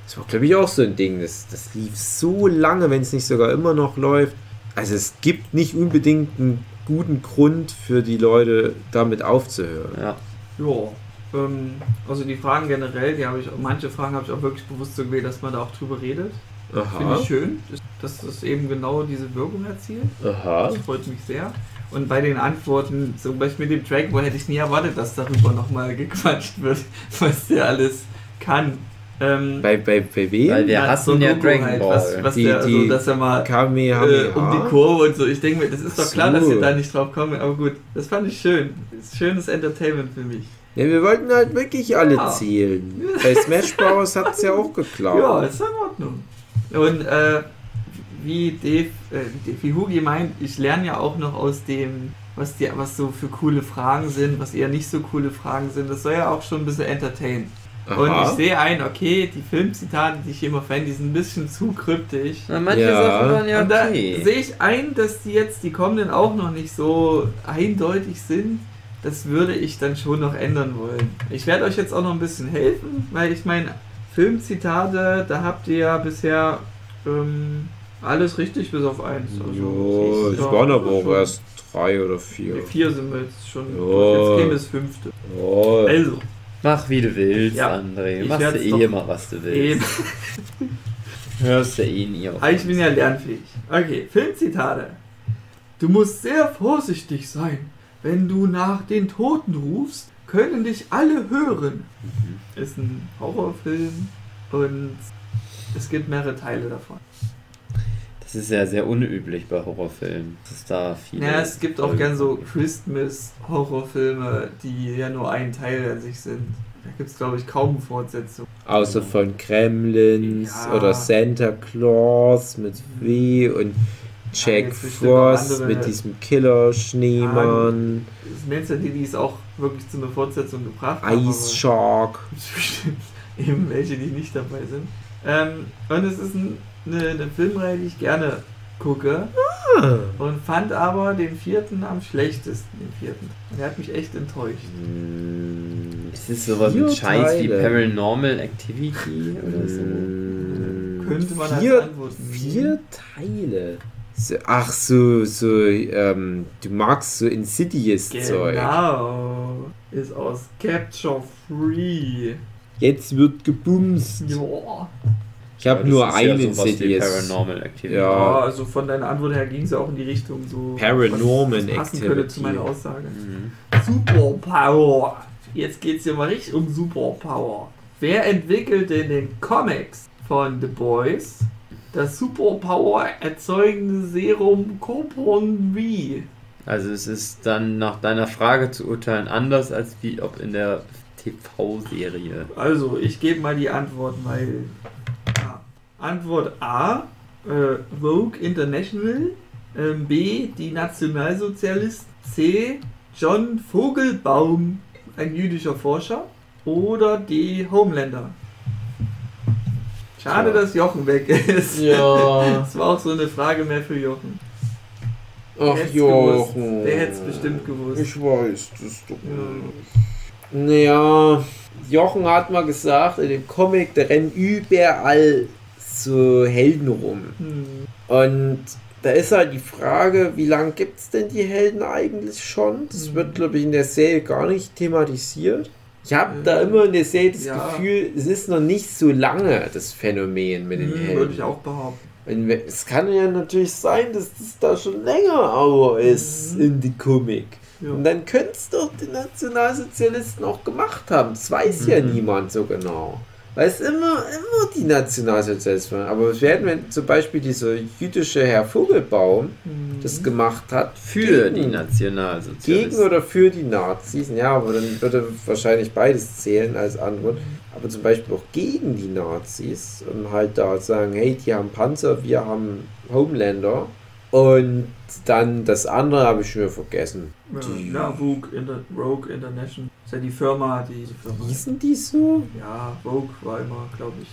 Das war, glaube ich, auch so ein Ding. Das lief so lange, wenn es nicht sogar immer noch läuft. Also es gibt nicht unbedingt einen guten Grund für die Leute, damit aufzuhören. Ja. Ja. Also die Fragen generell, manche Fragen habe ich auch wirklich bewusst so gewählt, dass man da auch drüber redet. Finde ich schön, dass das eben genau diese Wirkung erzielt. Aha. Das freut mich sehr. Und bei den Antworten, zum Beispiel mit dem Dragon Ball, hätte ich nie erwartet, dass darüber nochmal gequatscht wird, was der alles kann. Bei wem? Weil wir hassen ja Dragon halt, Ball. Dass er mal Kamehameha. um die Kurve und so. Ich denke mir, das ist doch klar, dass ihr da nicht drauf kommen. Aber gut, das fand ich schön. Das ist schönes Entertainment für mich. Ja, wir wollten halt wirklich alle zählen. Bei Smash Bros. Hat es ja auch geklappt. Ja, ist in Ordnung. Und wie Hugi meint, ich lerne ja auch noch aus dem, was so für coole Fragen sind, was eher nicht so coole Fragen sind. Das soll ja auch schon ein bisschen entertainen. Aha. Und ich sehe okay, die Filmzitate, die ich immer fand, die sind ein bisschen zu kryptisch. Na, manche Sachen waren ja Und da okay. sehe ich ein, dass die kommenden auch noch nicht so eindeutig sind. Das würde ich dann schon noch ändern wollen. Ich werde euch jetzt auch noch ein bisschen helfen, weil ich meine, Filmzitate, da habt ihr ja bisher alles richtig bis auf 1. Also, es waren aber auch erst 3 oder 4. 4 sind wir jetzt schon. Jo. Jetzt käme das 5. Jo. Also. Mach wie du willst, Ja, André. ich Machst du werd's immer, was du willst. Eben. Hörst du nie auf. Ich bin ja lernfähig. Okay, Filmzitate. Du musst sehr vorsichtig sein. Wenn du nach den Toten rufst, können dich alle hören. Ist ein Horrorfilm und es gibt mehrere Teile davon. Das ist ja sehr unüblich bei Horrorfilmen. Das ist da viele. Ja, es gibt auch gern so Christmas-Horrorfilme, die ja nur ein Teil an sich sind. Da gibt es, glaube ich, kaum Fortsetzung. Außer von Gremlins oder Santa Claus mit W und Jack Frost mit diesem Killer-Schneemann. Das meinst du, die es auch wirklich zu einer Fortsetzung gebracht haben? Ice Shark. Eben welche, die nicht dabei sind. Und es ist eine Filmreihe, die ich gerne gucke. Und fand aber den 4. am schlechtesten. Den 4. Der hat mich echt enttäuscht. Ist es sowas mit Scheiß wie Paranormal Activity oder so? Könnte man als Antwort nehmen. 4 Teile. Ach so, du magst so Insidious-Zeug. Genau. Ist aus Capture Free. Jetzt wird gebumst. Ja. Ich habe nur einen Insidious. Paranormal Activity. Ja, also von deiner Antwort her ging es ja auch in die Richtung so. Paranormal was passen Activity. könnte zu meiner Aussage. Superpower. Jetzt geht es hier mal richtig um Superpower. Wer entwickelte in den Comics von The Boys das Superpower erzeugende Serum Copon V? Also es ist dann nach deiner Frage zu urteilen anders als wie ob in der TV-Serie. Also ich gebe mal die Antworten, weil Antwort A, Vogue International, B, die Nationalsozialisten, C, John Vogelbaum, ein jüdischer Forscher, oder D, Homelander. Schade, dass Jochen weg ist. Ja. Das war auch so eine Frage mehr für Jochen. Ach, Jochen. Der hätte es bestimmt gewusst. Ich weiß das doch nicht. Naja, Jochen hat mal gesagt, in dem Comic, da rennen überall so Helden rum. Und da ist halt die Frage, wie lange gibt es denn die Helden eigentlich schon? Das wird, glaube ich, in der Serie gar nicht thematisiert. Ich habe da immer in der Serie das Gefühl, es ist noch nicht so lange das Phänomen mit den Helden. Würde ich auch behaupten. Es kann ja natürlich sein, dass das da schon länger aber ist in die Comic. Ja. Und dann könnte es doch die Nationalsozialisten auch gemacht haben. Das weiß ja niemand so genau. Weil es immer die Nationalsozialisten waren. Aber es werden, wenn zum Beispiel dieser jüdische Herr Vogelbaum das gemacht hat. Für die Nationalsozialisten. Gegen oder für die Nazis. Ja, aber dann würde wahrscheinlich beides zählen als Antwort. Aber zum Beispiel auch gegen die Nazis. Und halt da sagen, hey, die haben Panzer, wir haben Homelander. Und dann das andere habe ich schon wieder vergessen. Rogue International. Ist ja die Firma, hießen die so? Ja, Rogue war immer, glaube ich.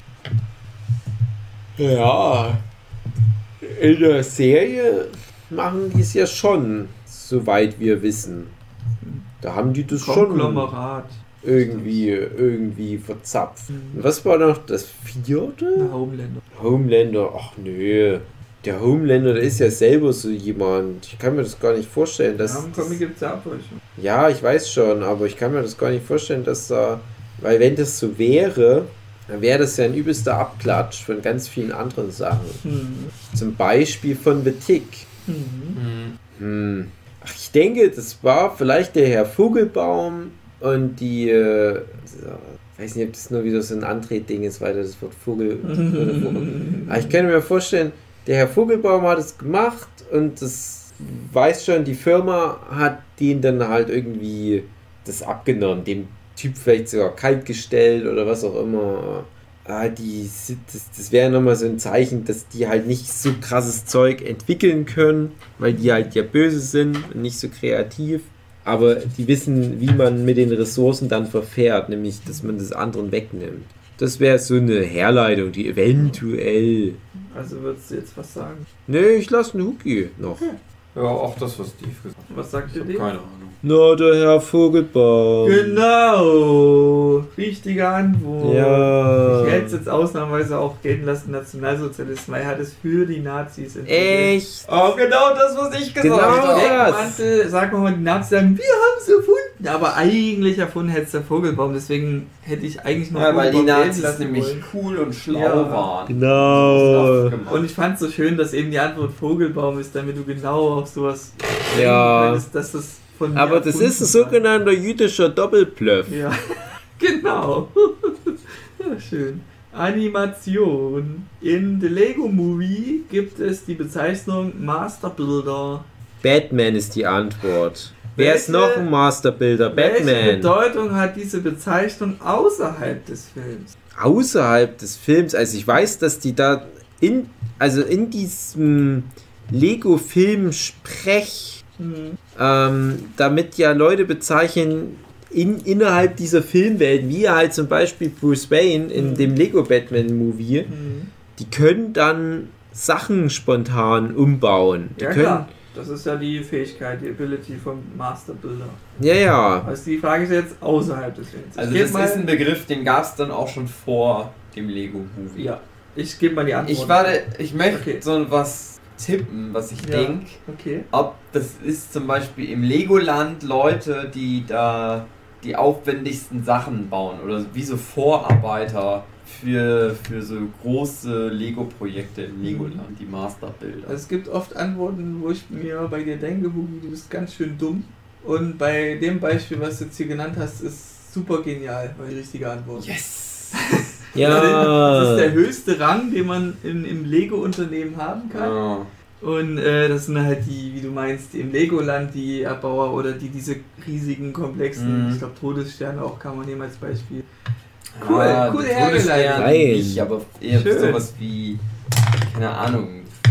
Ja. In der Serie machen die es ja schon, soweit wir wissen. Da haben die das schon. Konglomerat. irgendwie verzapft. Und was war noch das 4.? Homelander. Homelander, ach nö. Der Homelander, der ist ja selber so jemand. Ich kann mir das gar nicht vorstellen, dass... Ja, im Comic gibt es ja Abweichungen. Ja, ich weiß schon, aber ich kann mir das gar nicht vorstellen, dass da... Weil wenn das so wäre, dann wäre das ja ein übelster Abklatsch von ganz vielen anderen Sachen. Zum Beispiel von The Tick. Ach, ich denke, das war vielleicht der Herr Vogelbaum und die... ich weiß nicht, ob das nur wieder so ein Andreh-Ding ist, weil das Wort Vogel... Aber ich kann mir vorstellen, der Herr Vogelbaum hat es gemacht und das weiß schon, die Firma hat den dann halt irgendwie das abgenommen, dem Typ vielleicht sogar kalt gestellt oder was auch immer. Das wäre nochmal so ein Zeichen, dass die halt nicht so krasses Zeug entwickeln können, weil die halt ja böse sind und nicht so kreativ. Aber die wissen, wie man mit den Ressourcen dann verfährt, nämlich, dass man das anderen wegnimmt. Das wäre so eine Herleitung, die eventuell... Also würdest du jetzt was sagen? Nee, ich lasse einen Huki noch. Ja, auch das, was Steve gesagt hat. Was sagt ihr Ich dem? hab keine Ahnung. Na, der Herr Vogelbaum. Genau! Richtige Antwort. Ja. Ich hätte es jetzt ausnahmsweise auch gelten lassen, Nationalsozialismus, weil er hat es für die Nazis entwickelt. Echt? Oh, genau das, was ich gesagt Genau habe. das. Deckmantel, sag mal, die Nazis sagen, wir haben es erfunden. Aber eigentlich erfunden hätte es der Vogelbaum, deswegen hätte ich eigentlich noch Ja, weil die Vogelbaum gelten Nazis lassen nämlich wollen. cool und schlau Ja. waren. Genau. Und ich fand es so schön, dass eben die Antwort Vogelbaum ist, damit du genau auf sowas Ja. könntest, dass das von mir Aber das erfunden ist ein war. sogenannter jüdischer Doppelbluff. Ja, genau. Ja, schön. Animation. In The Lego Movie gibt es die Bezeichnung Masterbuilder. Batman ist die Antwort. Wer ist Welche- noch ein Masterbuilder? Welche Batman. Bedeutung hat diese Bezeichnung außerhalb des Films? Außerhalb des Films, also ich weiß, dass die da in diesem Lego-Film-Sprech, damit ja Leute bezeichnen, innerhalb dieser Filmwelt, wie halt zum Beispiel Bruce Wayne in dem Lego-Batman-Movie, die können dann Sachen spontan umbauen. Die Ja, können, klar. Das ist ja die Fähigkeit, die Ability vom Masterbuilder. ja. Also die Frage ist jetzt außerhalb des Films. Also Ich das geb mal- ist ein Begriff, den gab es dann auch schon vor dem Lego-Movie. Ja, ich gebe mal die Antwort. Ich möchte Okay. so was tippen, was ich Ja. denke. Okay. Ob das ist zum Beispiel im Legoland Leute, die da die aufwendigsten Sachen bauen oder wie so Vorarbeiter für so große Lego-Projekte im Legoland, die Masterbilder. Also es gibt oft Antworten, wo ich mir bei dir denke, Hugi, du bist ganz schön dumm. Und bei dem Beispiel, was du jetzt hier genannt hast, ist super genial, weil die richtige Antwort. Yes! Das ist der Ja. höchste Rang, den man im Lego-Unternehmen haben kann. Ja. Und das sind halt die, wie du meinst, die im Legoland, die Erbauer oder die diese riesigen, komplexen, ich glaube Todessterne auch kann man nehmen als Beispiel. Cool, Ja, cool die hergeleitet. Todessterne Nein. nicht, aber eher Schön. sowas wie, keine Ahnung,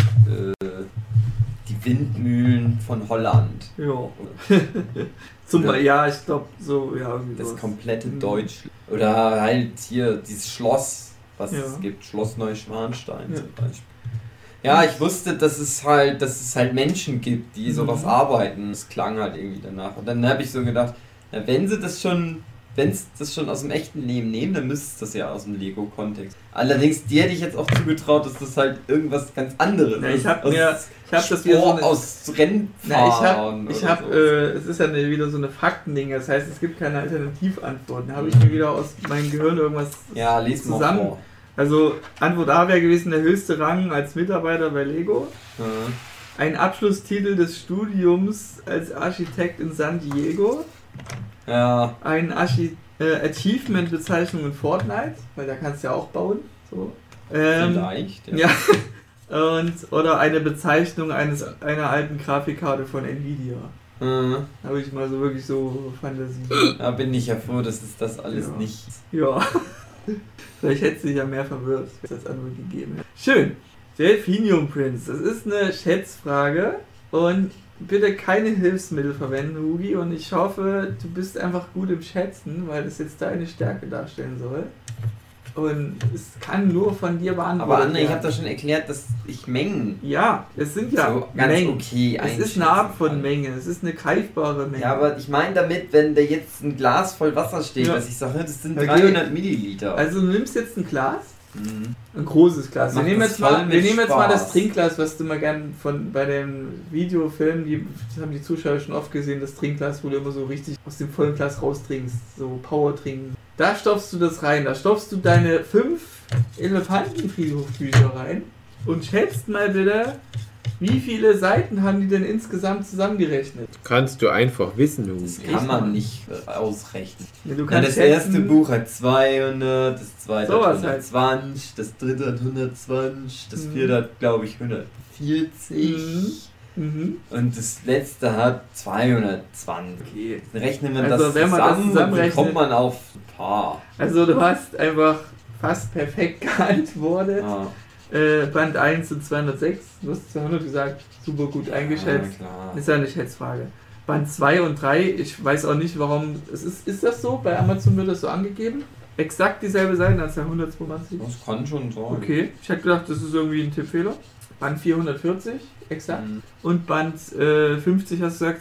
die Windmühlen von Holland. Ja. Ja, ich glaube so, ja, irgendwie Das sowas. komplette Mhm. Deutschland. Oder halt hier dieses Schloss, was Ja. es gibt, Schloss Neuschwanstein Ja. zum Beispiel. Ja, ich wusste, dass es halt Menschen gibt, die sowas Mhm. arbeiten. Das klang halt irgendwie danach. Und dann habe ich so gedacht, na, wenn sie das schon aus dem echten Leben nehmen, dann müsste es das ja aus dem Lego-Kontext. Allerdings, dir hätte ich jetzt auch zugetraut, dass das halt irgendwas ganz anderes Ja, ist. ich hab Aus das wieder so Sport, eine, aus Rennfahren. ich oder hab, sowas. es ist ja wieder so eine Faktending, das heißt, es gibt keine Alternativantworten. Da habe ich mir wieder aus meinem Gehirn irgendwas Ja, lies mal zusammen. vor. Also, Antwort A wäre gewesen, der höchste Rang als Mitarbeiter bei Lego. Ja. Ein Abschlusstitel des Studiums als Architekt in San Diego. Ja, Ein Achievement-Bezeichnung in Fortnite, weil da kannst du ja auch bauen. So. vielleicht. Ja. Oder eine Bezeichnung einer alten Grafikkarte von Nvidia. Ja. Da habe ich mal so wirklich so Fantasie. Da bin ich ja froh, dass es das alles Ja. nicht. Ja. Vielleicht hätte sie ja mehr verwirrt, wenn es als Antwort gegeben hätte. Schön. Delphinium Prince. Das ist eine Schätzfrage. Und bitte keine Hilfsmittel verwenden, Hugi. Und ich hoffe, du bist einfach gut im Schätzen, weil das jetzt deine Stärke darstellen soll. Und es kann nur von dir beantwortet Aber André, ich werden. habe doch schon erklärt, dass ich Mengen... Ja, es sind ja So, ganz Mengen. okay Es ist einschätzen eine Art von kann. Menge, es ist eine greifbare Menge. Ja, aber ich meine damit, wenn da jetzt ein Glas voll Wasser steht, Ja. dass ich sage, das sind Okay. 300 Milliliter. Also du nimmst jetzt ein Glas, Mhm. ein großes Glas. Wir Macht nehmen das jetzt voll mal, mit Spaß. das Trinkglas, was du mal gern bei den Videofilmen, das haben die Zuschauer schon oft gesehen, das Trinkglas, wo du immer so richtig aus dem vollen Glas raustrinkst, so Power trinken. Da stopfst du das rein, da stopfst du deine 5 Elefantenfriedhofbücher rein und schätzt mal bitte, wie viele Seiten haben die denn insgesamt zusammengerechnet? Kannst du einfach wissen, du. Das kann man nicht ausrechnen. Ja, du Ja, kannst das erste schätzen, Buch hat 200, das zweite Sowas hat halt. 120, das dritte hat 120, das Mhm. vierte hat, glaube ich, 140 Mhm. und das letzte hat 220. Okay. Dann rechnet man Also, das wenn man das zusammen, dann zusammenrechnet- kommt man auf ein paar. Also du hast einfach fast perfekt geantwortet. Ja, Band 1 sind 206, du hast 200 gesagt, super gut eingeschätzt. klar. Ist ja eine Schätzfrage. Band 2 und 3, ich weiß auch nicht warum, ist das so? Bei Amazon wird das so angegeben? Exakt dieselbe Seitenanzahl, 120? Das kann schon sein. Okay, ich hätte gedacht, das ist irgendwie ein Tippfehler. Band 440, exakt. Mhm. Und Band 50 hast du gesagt,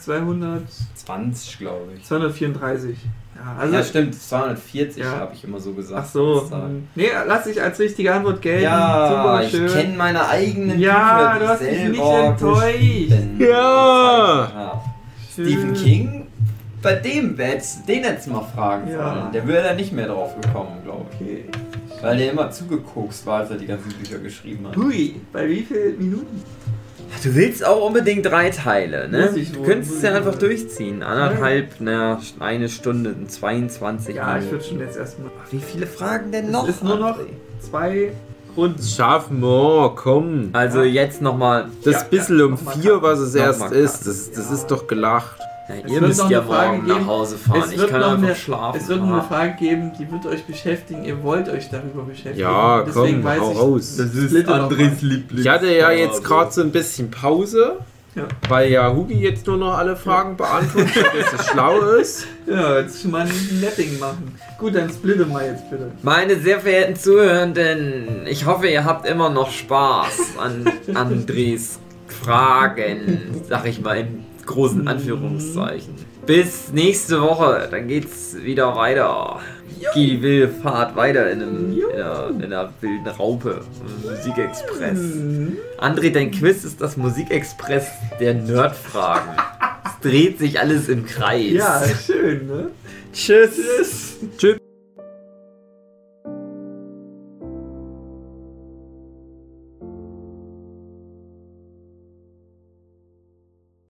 20, glaube ich. 234. Ja, also, Ja, stimmt, 240 Ja. habe ich immer so gesagt. ach so. sozusagen. Nee, lass ich als richtige Antwort gelten. Ja, Super ich schön. kenne meine eigenen Ja, Bücher, du die hast ich mich nicht selber enttäuscht. geschrieben Ja. habe. Schön. Stephen King, bei dem den hättest du mal fragen Ja. sollen. Der wäre da nicht mehr drauf gekommen, glaube ich. Okay. Weil der immer zugekokst war, als er die ganzen Bücher geschrieben hat. Hui, bei wie vielen Minuten? Du willst auch unbedingt 3 Teile, ne? Muss ich Du wohl, könntest muss es ja ich einfach wohl. durchziehen. 1,5, ne, 1 Stunde, 22 Ja, ich Minuten. würde schon jetzt erstmal. Wie viele Fragen denn Es noch? ist nur noch André? 2 Runden. Das schaffen wir, komm. Also jetzt nochmal. Das Ja, bisschen ja, um nochmal 4, was es Nochmal erst Cut. ist, das ist doch gelacht. Ja, Es ihr wird müsst noch ja eine Frage morgen nach geben. Hause fahren. Es Ich wird kann noch einfach eine- schlafen. Es wird noch eine Ah. Frage geben, die wird euch beschäftigen. Ihr wollt euch darüber beschäftigen. Ja, Deswegen komm, weiß hau ich, raus. Das ist Andres Lieblings. Ich hatte ja jetzt gerade so ein bisschen Pause, Ja. weil ja Hugi jetzt nur noch alle Fragen beantwortet, dass es schlau ist. Ja, jetzt schon mal ein Netting machen. Gut, dann splitte mal jetzt bitte. Meine sehr verehrten Zuhörenden, ich hoffe, ihr habt immer noch Spaß an Andres Fragen, sag ich mal in großen Anführungszeichen. Bis nächste Woche, dann geht's wieder weiter. Die wilde Fahrt weiter in einer wilden Raupe. Musikexpress. André, dein Quiz ist das Musikexpress der Nerdfragen. Es dreht sich alles im Kreis. Ja, schön, ne? Tschüss. Tschüss.